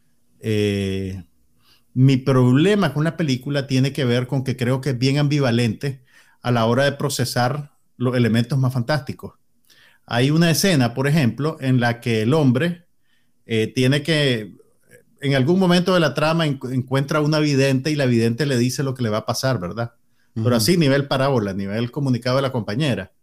Mi problema con la película tiene que ver con que creo que es bien ambivalente a la hora de procesar los elementos más fantásticos. Hay una escena, por ejemplo, en la que el hombre tiene que, en algún momento de la trama, encuentra una vidente y la vidente le dice lo que le va a pasar, ¿verdad? Pero así, nivel parábola, nivel comunicado de la compañera.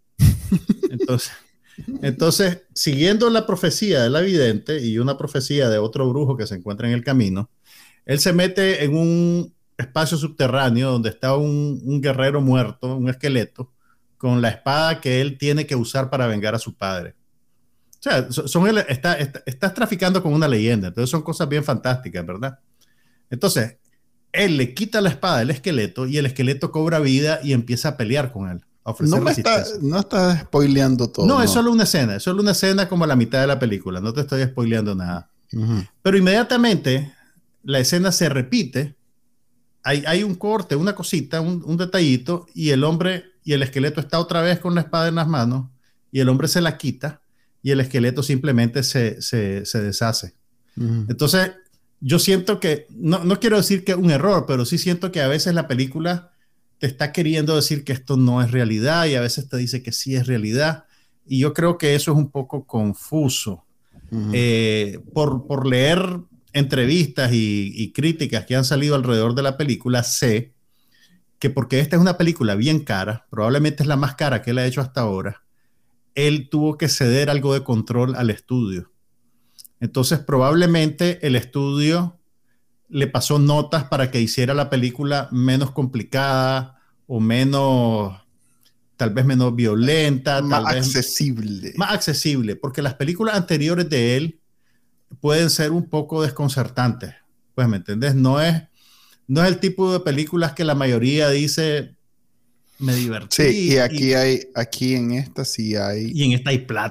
Entonces, siguiendo la profecía de la vidente y una profecía de otro brujo que se encuentra en el camino, él se mete en un espacio subterráneo donde está un guerrero muerto, un esqueleto, con la espada que él tiene que usar para vengar a su padre. O sea, estás traficando con una leyenda, entonces son cosas bien fantásticas, ¿verdad? Entonces, él le quita la espada al esqueleto y el esqueleto cobra vida y empieza a pelear con él. No estás spoileando todo. No, es solo una escena como a la mitad de la película, no te estoy spoileando nada. Pero inmediatamente la escena se repite, hay un corte, una cosita, un detallito, y el hombre y el esqueleto está otra vez con la espada en las manos, y el hombre se la quita, y el esqueleto simplemente se deshace. Entonces, yo siento que, no quiero decir que es un error, pero sí siento que a veces la película te está queriendo decir que esto no es realidad y a veces te dice que sí es realidad. Y yo creo que eso es un poco confuso. Por leer entrevistas y críticas que han salido alrededor de la película, sé que porque esta es una película bien cara, probablemente es la más cara que él ha hecho hasta ahora, él tuvo que ceder algo de control al estudio. Entonces, probablemente el estudio le pasó notas para que hiciera la película menos complicada o tal vez menos violenta. Más accesible. Más accesible, porque las películas anteriores de él pueden ser un poco desconcertantes. Pues, ¿me entendés? No es el tipo de películas que la mayoría dice, me divertí. Sí, y aquí en esta sí hay... Y en esta hay plata.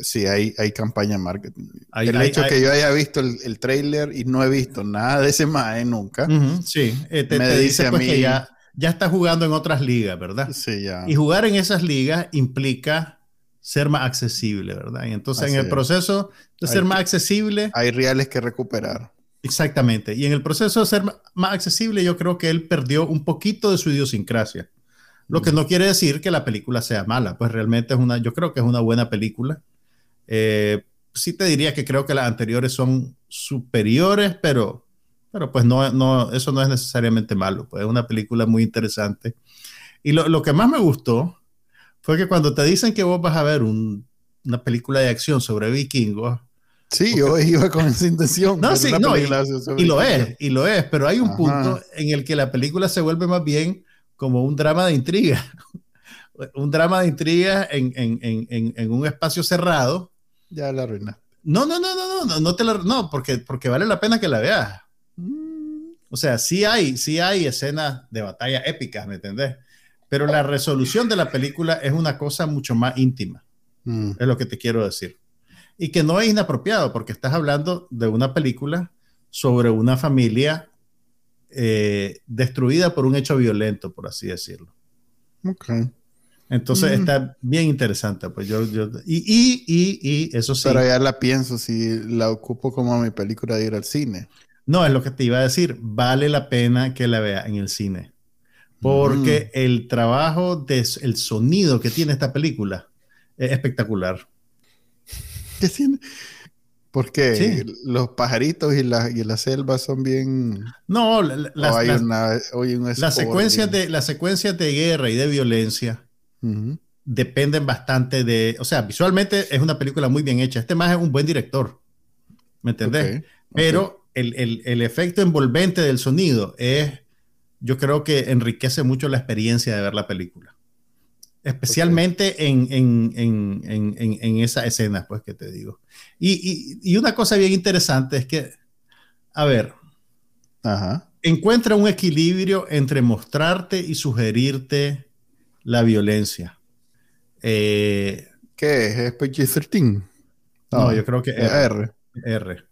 Sí, hay campaña de marketing. El hecho que yo haya visto el tráiler y no he visto nada de ese mae nunca. Sí, te dice pues, a mí que ya está jugando en otras ligas, ¿verdad? Sí, ya. Y jugar en esas ligas implica ser más accesible, ¿verdad? Y entonces en el proceso de ser más accesible... Hay reales que recuperar. Exactamente. Y en el proceso de ser más accesible, yo creo que él perdió un poquito de su idiosincrasia. Lo que no quiere decir que la película sea mala, pues realmente yo creo que es una buena película. Sí te diría que creo que las anteriores son superiores, pero pues no, eso no es necesariamente malo. Pues es una película muy interesante. Y lo que más me gustó fue que cuando te dicen que vos vas a ver una película de acción sobre vikingos. Sí, yo iba con esa intención. No, sí, no, y lo es, pero hay un punto en el que la película se vuelve más bien como un drama de intriga. Un drama de intriga en un espacio cerrado. Ya la arruina. No, porque vale la pena que la veas. O sea, sí hay escenas de batalla épicas, ¿me entendés? Pero la resolución de la película es una cosa mucho más íntima. Es lo que te quiero decir. Y que no es inapropiado, porque estás hablando de una película sobre una familia destruida por un hecho violento, por así decirlo. Ok. Entonces está bien interesante, pues y eso sí. Pero ya la pienso si la ocupo como mi película de ir al cine. No, es lo que te iba a decir. Vale la pena que la veas en el cine. Porque el trabajo el sonido que tiene esta película es espectacular. ¿Qué tiene? Porque sí. Los pajaritos y la selva son bien... No, las secuencias de guerra y de violencia dependen bastante de... O sea, visualmente es una película muy bien hecha. Este más es un buen director. ¿Me entendés? Okay. Pero el efecto envolvente del sonido yo creo que enriquece mucho la experiencia de ver la película. Especialmente en esas escenas, pues, que te digo. Y una cosa bien interesante es que, a ver, encuentra un equilibrio entre mostrarte y sugerirte la violencia. ¿Qué es? ¿Es PG-13? No, yo creo que R.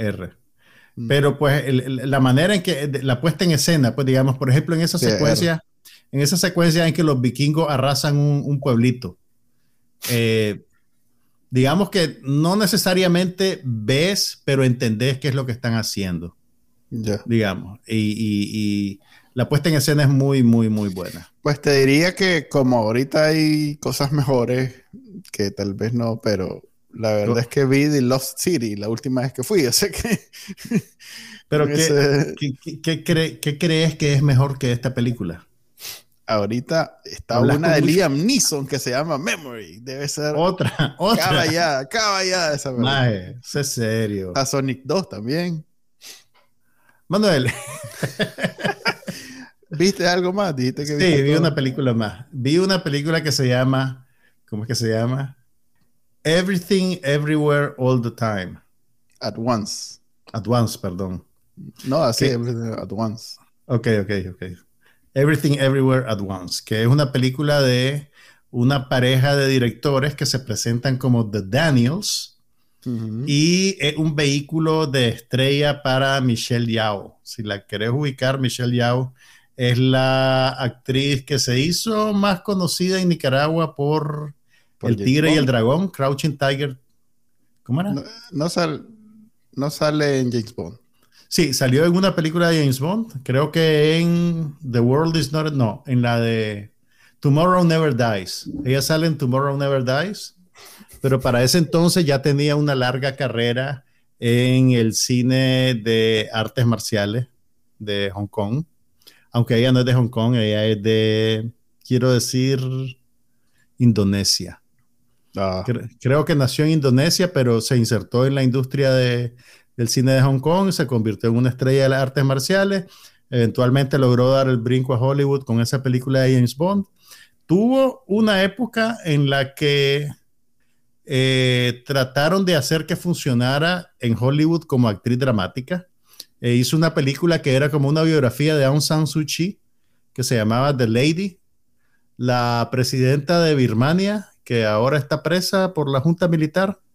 Pero pues la manera en que la puesta en escena, pues digamos, por ejemplo, en esa secuencia en que los vikingos arrasan un pueblito, digamos que no necesariamente ves, pero entendés qué es lo que están haciendo, digamos, y la puesta en escena es muy, muy, muy buena. Pues te diría que como ahorita hay cosas mejores, que tal vez no, pero la verdad es que vi The Lost City la última vez que fui, o sea que... Pero ¿qué crees que es mejor que esta película? Ahorita está una de Liam Neeson que se llama Memory. Debe ser... Otra. Acaba ya esa película. Maje, es serio. A Sonic 2 también. Manuel. ¿Viste algo más? Dijiste que sí, vi una película más. Vi una película que se llama... ¿Cómo es que se llama? Everything, Everywhere, All the Time. At Once. At Once, perdón. No, así, Everything at Once. Ok. Everything, Everywhere, at Once, que es una película de una pareja de directores que se presentan como The Daniels y es un vehículo de estrella para Michelle Yeoh. Si la querés ubicar, Michelle Yeoh es la actriz que se hizo más conocida en Nicaragua por El Tigre y el Dragón, Crouching Tiger. ¿Cómo era? No sale en James Bond. Sí, salió en una película de James Bond. Creo que en The World Is Not... No, en la de Tomorrow Never Dies. Ella sale en Tomorrow Never Dies. Pero para ese entonces ya tenía una larga carrera en el cine de artes marciales de Hong Kong. Aunque ella no es de Hong Kong, ella es de, quiero decir, Indonesia. Creo que nació en Indonesia, pero se insertó en la industria del cine de Hong Kong, se convirtió en una estrella de las artes marciales, eventualmente logró dar el brinco a Hollywood con esa película de James Bond. Tuvo una época en la que trataron de hacer que funcionara en Hollywood como actriz dramática. Hizo una película que era como una biografía de Aung San Suu Kyi, que se llamaba The Lady, la presidenta de Birmania, que ahora está presa por la junta militar.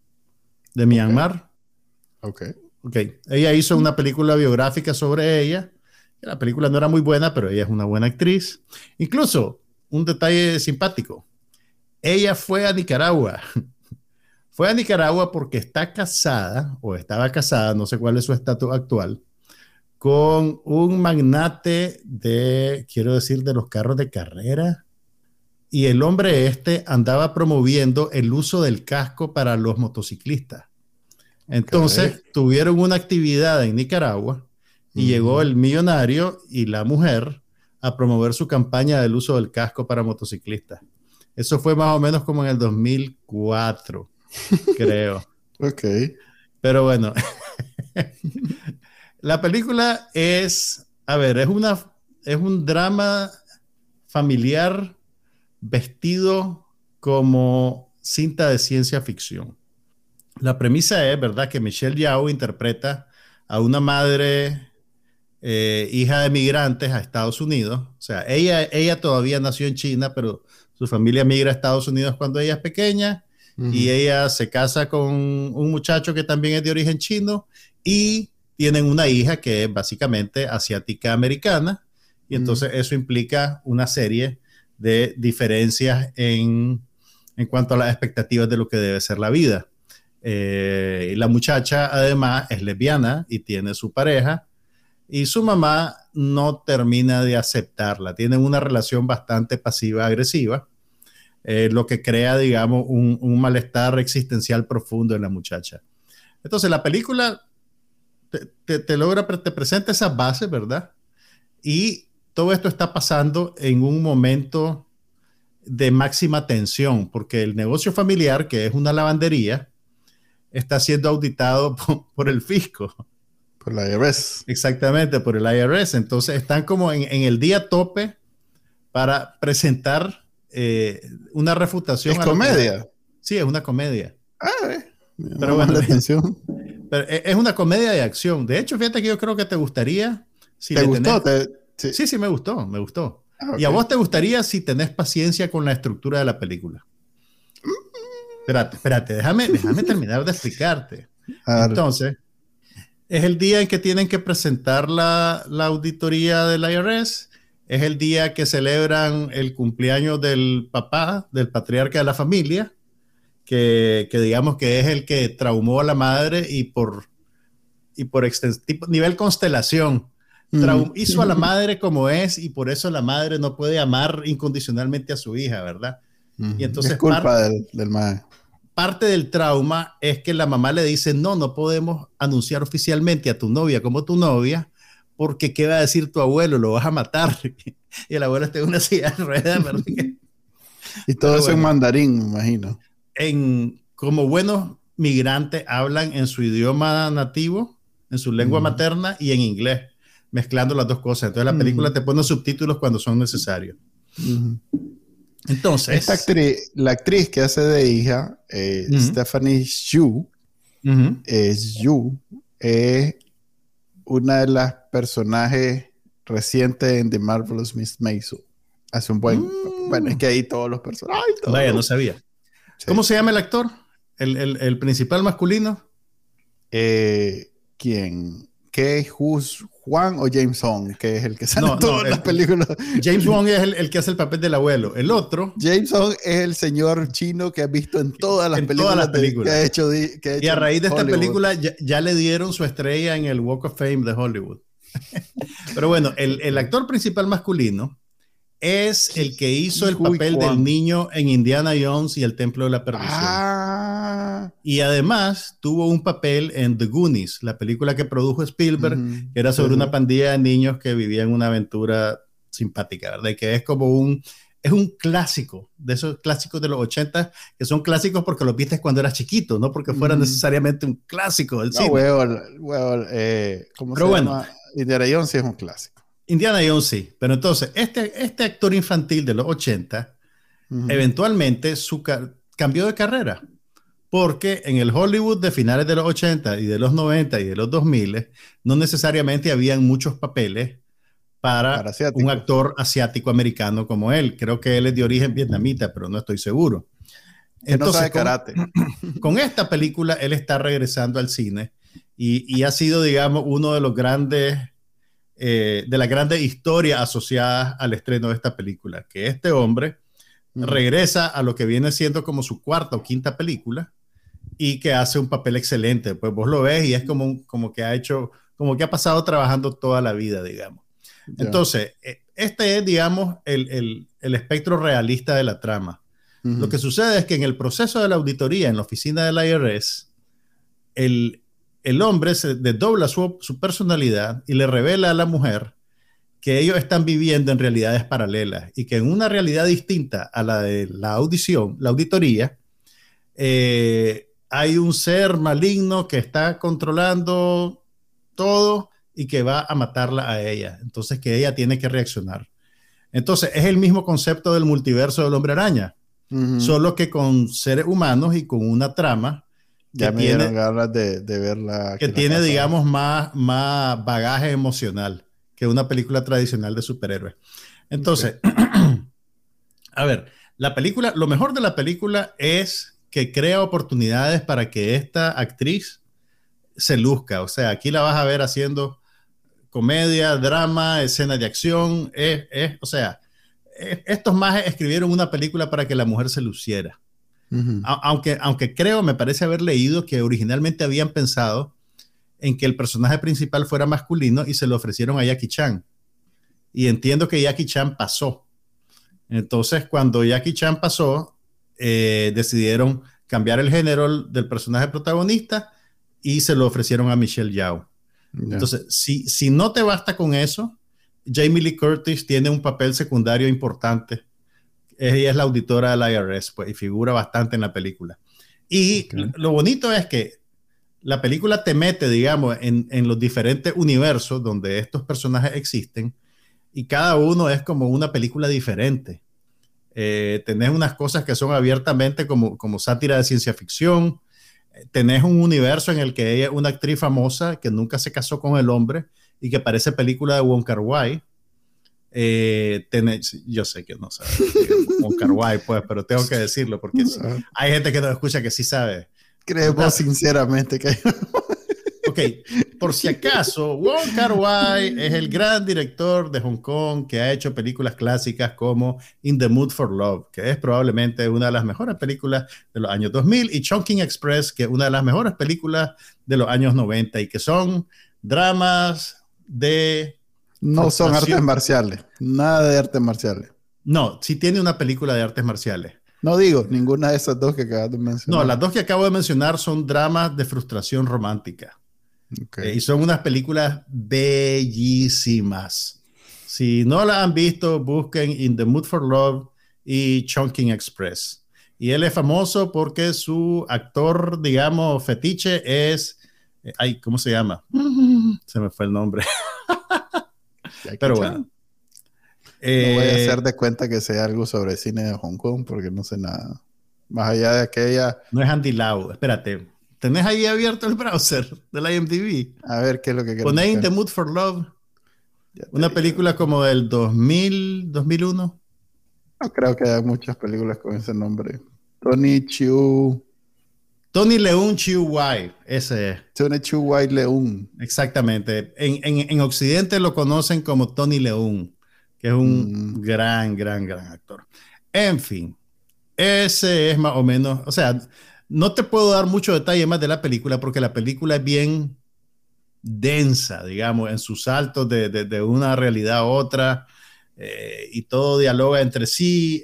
de Myanmar. Ok. Ella hizo una película biográfica sobre ella. La película no era muy buena, pero ella es una buena actriz. Incluso, un detalle simpático. Ella fue a Nicaragua. Fue a Nicaragua porque está casada, o estaba casada, no sé cuál es su estatus actual, con un magnate de, quiero decir, de los carros de carrera. Y el hombre andaba promoviendo el uso del casco para los motociclistas. Entonces, tuvieron una actividad en Nicaragua y llegó el millonario y la mujer a promover su campaña del uso del casco para motociclistas. Eso fue más o menos como en el 2004, creo. Ok. Pero bueno, la película es un drama familiar vestido como cinta de ciencia ficción. La premisa es, ¿verdad?, que Michelle Yeoh interpreta a una madre hija de migrantes a Estados Unidos. O sea, ella todavía nació en China, pero su familia migra a Estados Unidos cuando ella es pequeña, y ella se casa con un muchacho que también es de origen chino y tienen una hija que es básicamente asiática americana, y entonces eso implica una serie de diferencias en cuanto a las expectativas de lo que debe ser la vida. La muchacha además es lesbiana y tiene su pareja, y su mamá no termina de aceptarla. Tienen una relación bastante pasiva-agresiva, lo que crea, digamos, un malestar existencial profundo en la muchacha. Entonces la película te presenta esas bases, ¿verdad? Y todo esto está pasando en un momento de máxima tensión, porque el negocio familiar, que es una lavandería, está siendo auditado por el fisco. Por la IRS. Exactamente, por el IRS. Entonces están como en el día tope para presentar una refutación. ¿Es comedia? Sí, es una comedia. Pero bueno, la atención. Pero es una comedia de acción. De hecho, fíjate que yo creo que te gustaría. Si ¿Te gustó? Sí, me gustó. Okay. Y a vos te gustaría si tenés paciencia con la estructura de la película. Espérate, déjame terminar de explicarte. Entonces, es el día en que tienen que presentar la auditoría del IRS. Es el día que celebran el cumpleaños del papá, del patriarca de la familia, que digamos que es el que traumó a la madre y por nivel constelación, hizo a la madre como es, y por eso la madre no puede amar incondicionalmente a su hija, ¿verdad? Y entonces es culpa del madre. Parte del trauma es que la mamá le dice, no podemos anunciar oficialmente a tu novia como tu novia, porque ¿qué va a decir tu abuelo? Lo vas a matar. Y el abuelo está en una silla de ruedas, ¿verdad? Y todo eso en mandarín, me imagino. Como buenos migrantes hablan en su idioma nativo, en su lengua materna, y en inglés, mezclando las dos cosas. Entonces la película te pone subtítulos cuando son necesarios. Entonces, la actriz que hace de hija, Stephanie Hsu, es una de las personajes recientes en The Marvelous Miss Maisel. Hace un buen... Bueno, es que ahí todos los personajes... Vaya, no sabía. Sí. ¿Cómo se llama el actor? ¿El principal masculino? ¿Quién? ¿Qué? ¿Juan o James Hong? Que es el que sale en todas las películas. James Hong es el que hace el papel del abuelo. El otro... James Hong es el señor chino que has visto en todas las películas. Que ha hecho y a raíz de esta película ya le dieron su estrella en el Walk of Fame de Hollywood. Pero bueno, el actor principal masculino es el que hizo el papel del niño en Indiana Jones y el Templo de la Perdición. Y además tuvo un papel en The Goonies, la película que produjo Spielberg, que era sobre una pandilla de niños que vivían una aventura simpática, ¿verdad? Y que es como un clásico, de esos clásicos de los 80, que son clásicos porque los viste cuando eras chiquito, no porque fuera necesariamente un clásico del cine. ¿Cómo se llama? Indiana Jones sí es un clásico. Indiana Jones sí, pero entonces este actor infantil de los 80 eventualmente cambió de carrera, porque en el Hollywood de finales de los 80 y de los 90 y de los 2000 no necesariamente habían muchos papeles para un actor asiático americano como él. Creo que él es de origen vietnamita, pero no estoy seguro. Que entonces, no sabe karate. Con esta película, él está regresando al cine y ha sido, digamos, uno de los grandes, de las grandes historias asociadas al estreno de esta película, que este hombre regresa a lo que viene siendo como su cuarta o quinta película y que hace un papel excelente. Pues vos lo ves y es como que ha pasado trabajando toda la vida, digamos. Entonces, este es, digamos, el espectro realista de la trama. Lo que sucede es que en el proceso de la auditoría en la oficina del IRS, el hombre se desdobla su personalidad y le revela a la mujer que ellos están viviendo en realidades paralelas y que en una realidad distinta a la de la auditoría, hay un ser maligno que está controlando todo y que va a matarla a ella. Entonces que ella tiene que reaccionar. Entonces es el mismo concepto del multiverso del Hombre Araña, solo que con seres humanos y con una trama ya me dieron ganas de verla. Que tiene, digamos, más bagaje emocional que una película tradicional de superhéroes. Entonces, a ver, la película, lo mejor de la película es que crea oportunidades para que esta actriz se luzca. O sea, aquí la vas a ver haciendo comedia, drama, escena de acción. O sea, estos majes escribieron una película para que la mujer se luciera. Aunque creo, me parece haber leído que originalmente habían pensado en que el personaje principal fuera masculino y se lo ofrecieron a Jackie Chan. Y entiendo que Jackie Chan pasó. Entonces, cuando Jackie Chan pasó, decidieron cambiar el género del personaje protagonista y se lo ofrecieron a Michelle Yeoh. Entonces, si no te basta con eso, Jamie Lee Curtis tiene un papel secundario importante. Ella es la auditora del IRS, pues, y figura bastante en la película. Y lo bonito es que la película te mete, digamos, en los diferentes universos donde estos personajes existen y cada uno es como una película diferente. Tenés unas cosas que son abiertamente como sátira de ciencia ficción. Tenés un universo en el que ella es una actriz famosa que nunca se casó con el hombre y que parece película de Wong Kar-wai. Yo sé que no sabe Wong Kar-wai, pues, pero tengo que decirlo porque hay gente que no escucha que sí sabe. Creemos sinceramente que Ok, por si acaso, Wong Kar-wai es el gran director de Hong Kong que ha hecho películas clásicas como In the Mood for Love, que es probablemente una de las mejores películas de los años 2000, y Chungking Express, que es una de las mejores películas de los años 90 y que son dramas de... No son artes marciales, nada de artes marciales. No, sí tiene una película de artes marciales. No digo ninguna de esas dos que acabas de mencionar. No, las dos que acabo de mencionar son dramas de frustración romántica. Y son unas películas bellísimas. Si no las han visto, busquen In the Mood for Love y Chungking Express. Y él es famoso porque su actor, digamos, fetiche es... ¿cómo se llama? Se me fue el nombre. Pero bueno. No voy a hacer de cuenta que sea algo sobre cine de Hong Kong porque no sé nada. Más allá de aquella... No es Andy Lau. Espérate. ¿Tenés ahí abierto el browser del IMDb? A ver qué es lo que querés. Poné In the Mood for Love. Una película como del 2000, 2001. No creo que haya muchas películas con ese nombre. Tony Leung Chiu Wai, ese es. Tony Chiu Wai Leung. Exactamente. En Occidente lo conocen como Tony Leung, que es un gran actor. En fin, ese es más o menos, o sea, no te puedo dar mucho detalle más de la película porque la película es bien densa, digamos, en sus saltos de una realidad a otra, y todo dialoga entre sí.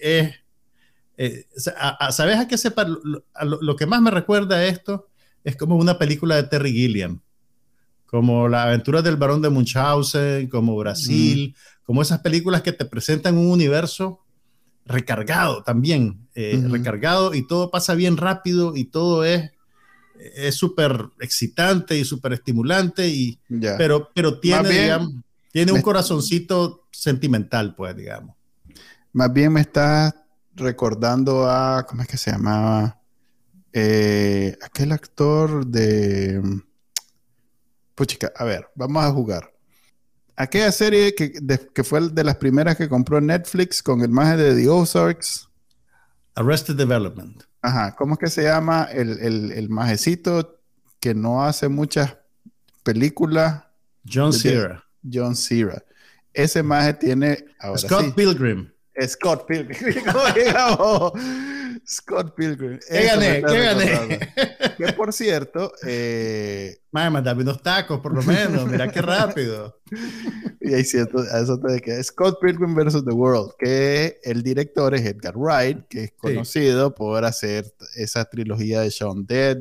¿Sabes a qué lo que más me recuerda a esto? Es como una película de Terry Gilliam, como Las aventuras del barón de Munchausen, como Brasil, como esas películas que te presentan un universo recargado también, recargado, y todo pasa bien rápido y todo es súper excitante y súper estimulante, pero tiene, digamos, tiene un corazoncito sentimental, pues, digamos. Más bien me está recordando a, ¿cómo es que se llamaba? Aquel actor de... Puchica, a ver, vamos a jugar. Aquella serie que fue de las primeras que compró Netflix con el maje de The Ozarks. Arrested Development. Ajá, ¿cómo es que se llama el majecito que no hace muchas películas? John Cera. John Cera. Ese maje tiene, ahora Scott Pilgrim. Scott Pilgrim. ¿Cómo llegamos? Scott Pilgrim. ¿Qué gané? Que por cierto... Mamá, dame unos tacos por lo menos. Mira qué rápido. Y ahí cierto, a eso te queda. Scott Pilgrim vs. The World, que el director es Edgar Wright, que es conocido por hacer esa trilogía de Shaun Dead,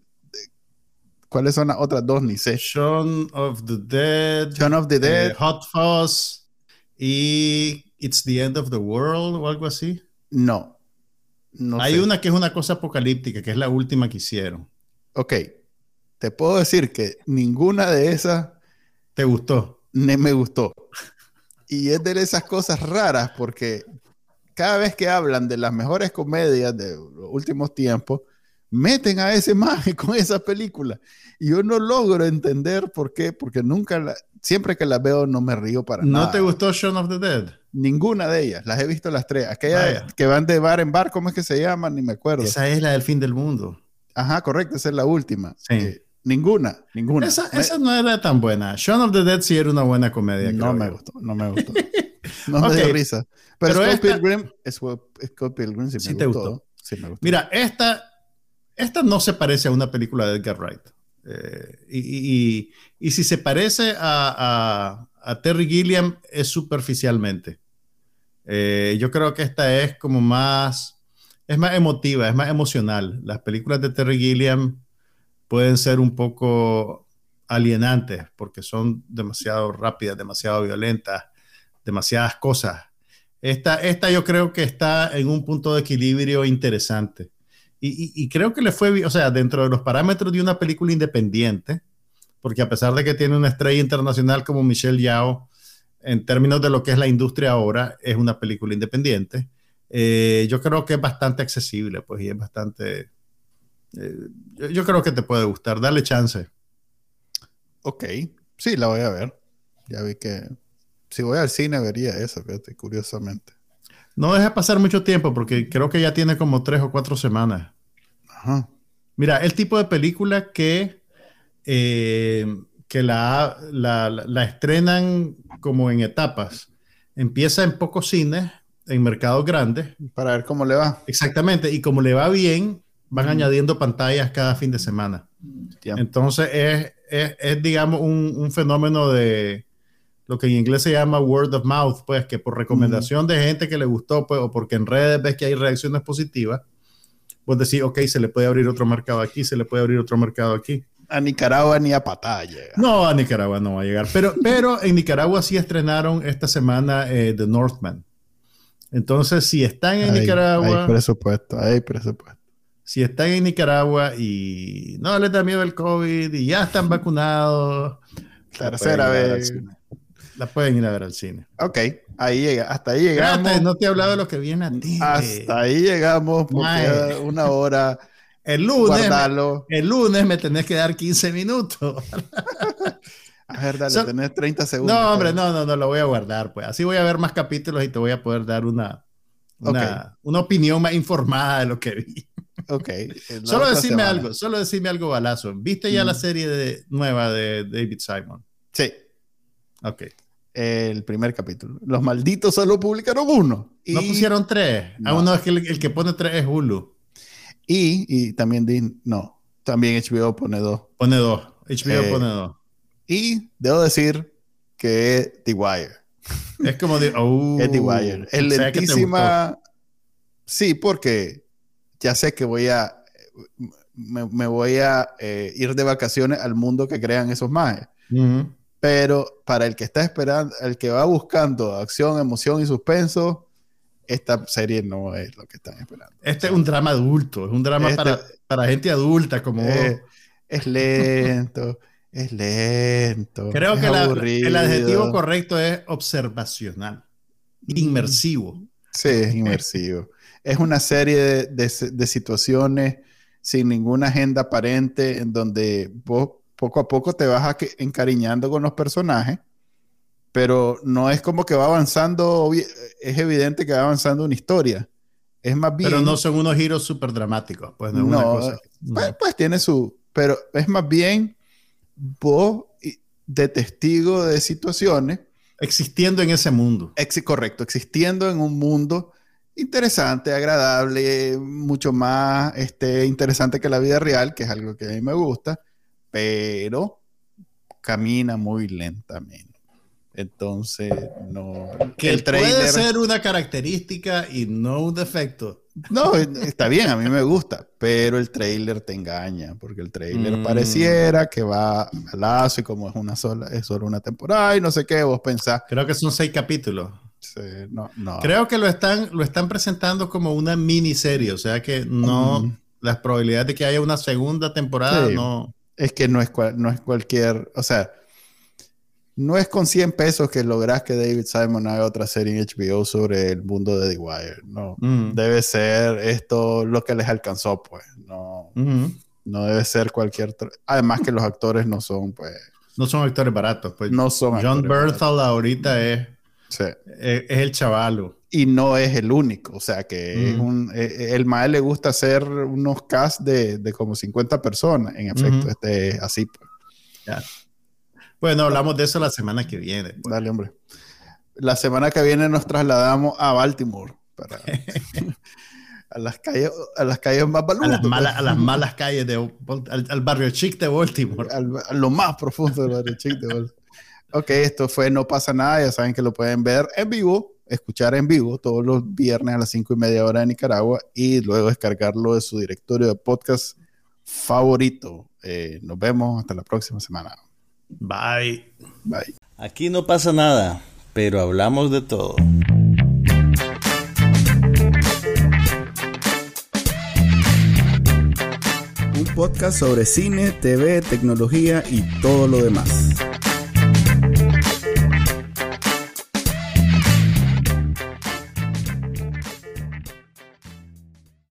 ¿cuáles son las otras dos? Ni sé. Shaun of the Dead. Hot Fuzz y It's the End of the World o algo así. No Hay sé. una que es una cosa apocalíptica, que es la última que hicieron. Ok. Te puedo decir que ninguna de esas... ¿Te gustó? Me gustó. Y es de esas cosas raras porque cada vez que hablan de las mejores comedias de los últimos tiempos, meten a ese maje con esa película. Y yo no logro entender por qué, porque siempre que las veo no me río para nada. ¿No te gustó Shaun of the Dead? Ninguna de ellas, las he visto las tres. Aquellas que van de bar en bar, ¿cómo es que se llaman? Ni me acuerdo. Esa es la del fin del mundo. Ajá, correcto, esa es la última. Sí. Ninguna. Esa no era tan buena. Shaun of the Dead sí era una buena comedia. No me gustó. No me dio risa. Pero Scott Pilgrim sí me gustó. Sí me gustó. Mira, esta no se parece a una película de Edgar Wright. Y si se parece a Terry Gilliam es superficialmente. Yo creo que esta es como más emotiva, es más emocional. Las películas de Terry Gilliam pueden ser un poco alienantes porque son demasiado rápidas, demasiado violentas, demasiadas cosas. Esta yo creo que está en un punto de equilibrio interesante. Y creo que le fue bien, o sea, dentro de los parámetros de una película independiente, porque a pesar de que tiene una estrella internacional como Michelle Yeoh, en términos de lo que es la industria ahora, es una película independiente. Yo creo que es bastante accesible, pues, y es bastante... yo creo que te puede gustar. Dale chance. Ok. Sí, la voy a ver. Ya vi que... Si voy al cine vería eso, fíjate, curiosamente. No dejes pasar mucho tiempo porque creo que ya tiene como 3 o 4 semanas. Ajá. Mira, el tipo de película que la estrenan como en etapas. Empieza en pocos cines, en mercados grandes. Para ver cómo le va. Exactamente. Y como le va bien, van añadiendo pantallas cada fin de semana. Yeah. Entonces es digamos, un fenómeno de lo que en inglés se llama word of mouth, pues que por recomendación de gente que le gustó, pues, o porque en redes ves que hay reacciones positivas, vos decís, ok, se le puede abrir otro mercado aquí, se le puede abrir otro mercado aquí. A Nicaragua ni a patada llega. No, a Nicaragua no va a llegar. Pero en Nicaragua sí estrenaron esta semana The Northman. Entonces, si están en Nicaragua... Hay presupuesto. Si están en Nicaragua y no les da miedo el COVID y ya están vacunados... Tercera vez. La pueden ir a ver al cine. Ok, ahí llega. Hasta ahí llegamos. Espérate, no te he hablado de lo que viene a ti. Hasta ahí llegamos porque una hora... El lunes me tenés que dar 15 minutos. A ver, dale, tenés 30 segundos. No, hombre, no, lo voy a guardar, pues. Así voy a ver más capítulos y te voy a poder dar una opinión más informada de lo que vi. Ok. Solo decime algo, balazo. ¿Viste ya la serie nueva de David Simon? Sí. Ok. El primer capítulo. Los malditos solo publicaron uno. No pusieron 3. No. Uno es que el que pone 3 es Hulu. Y también también HBO pone 2. Pone 2. HBO pone 2. Y debo decir que es The Wire. Es como es The Wire. Es lentísima. Sí, porque ya sé que me voy a ir de vacaciones al mundo que crean esos majes. Pero para el que está esperando, el que va buscando acción, emoción y suspenso, esta serie no es lo que están esperando. Es un drama adulto, es un drama para gente adulta como vos. Es lento, es lento. Creo que el adjetivo correcto es observacional, inmersivo. Sí, es inmersivo. Es una serie de situaciones sin ninguna agenda aparente en donde vos poco a poco te vas encariñando con los personajes. Pero no es como que va avanzando, es evidente que va avanzando una historia. Es más bien... Pero no son unos giros súper dramáticos, pues no es una cosa... Pues tiene su... Pero es más bien vos de testigo de situaciones. Existiendo en ese mundo. Correcto, existiendo en un mundo interesante, agradable, mucho más interesante que la vida real, que es algo que a mí me gusta, pero camina muy lentamente. Entonces, no... Que el trailer puede ser una característica y no un defecto. No, está bien, a mí me gusta, pero el trailer te engaña, porque el trailer pareciera que va al lazo y como es solo una temporada y no sé qué, vos pensás. Creo que son 6 capítulos. Sí, no. Creo que lo están presentando como una miniserie, o sea que no, las probabilidades de que haya una segunda temporada no... Es que no es cualquier, o sea... No es con 100 pesos que logras que David Simon haga otra serie en HBO sobre el mundo de The Wire. No. Debe ser esto lo que les alcanzó, pues. No, no debe ser cualquier... Además que los actores no son, pues... No son actores baratos, pues. No son John Bernthal ahorita es el chavalo. Y no es el único. O sea, que el mae le gusta hacer unos casts de como 50 personas. En efecto, es así, pues. Ya. Bueno, hablamos de eso la semana que viene. Pues. Dale, hombre. La semana que viene nos trasladamos a Baltimore para a las calles más baludas. A las malas calles al barrio chic de Baltimore. A lo más profundo del barrio chic de Baltimore. Ok, esto fue No Pasa Nada. Ya saben que lo pueden ver en vivo, escuchar en vivo todos los viernes a las 5:30 de Nicaragua y luego descargarlo de su directorio de podcast favorito. Nos vemos hasta la próxima semana. Bye. Aquí no pasa nada, pero hablamos de todo. Un podcast sobre cine, TV, tecnología y todo lo demás.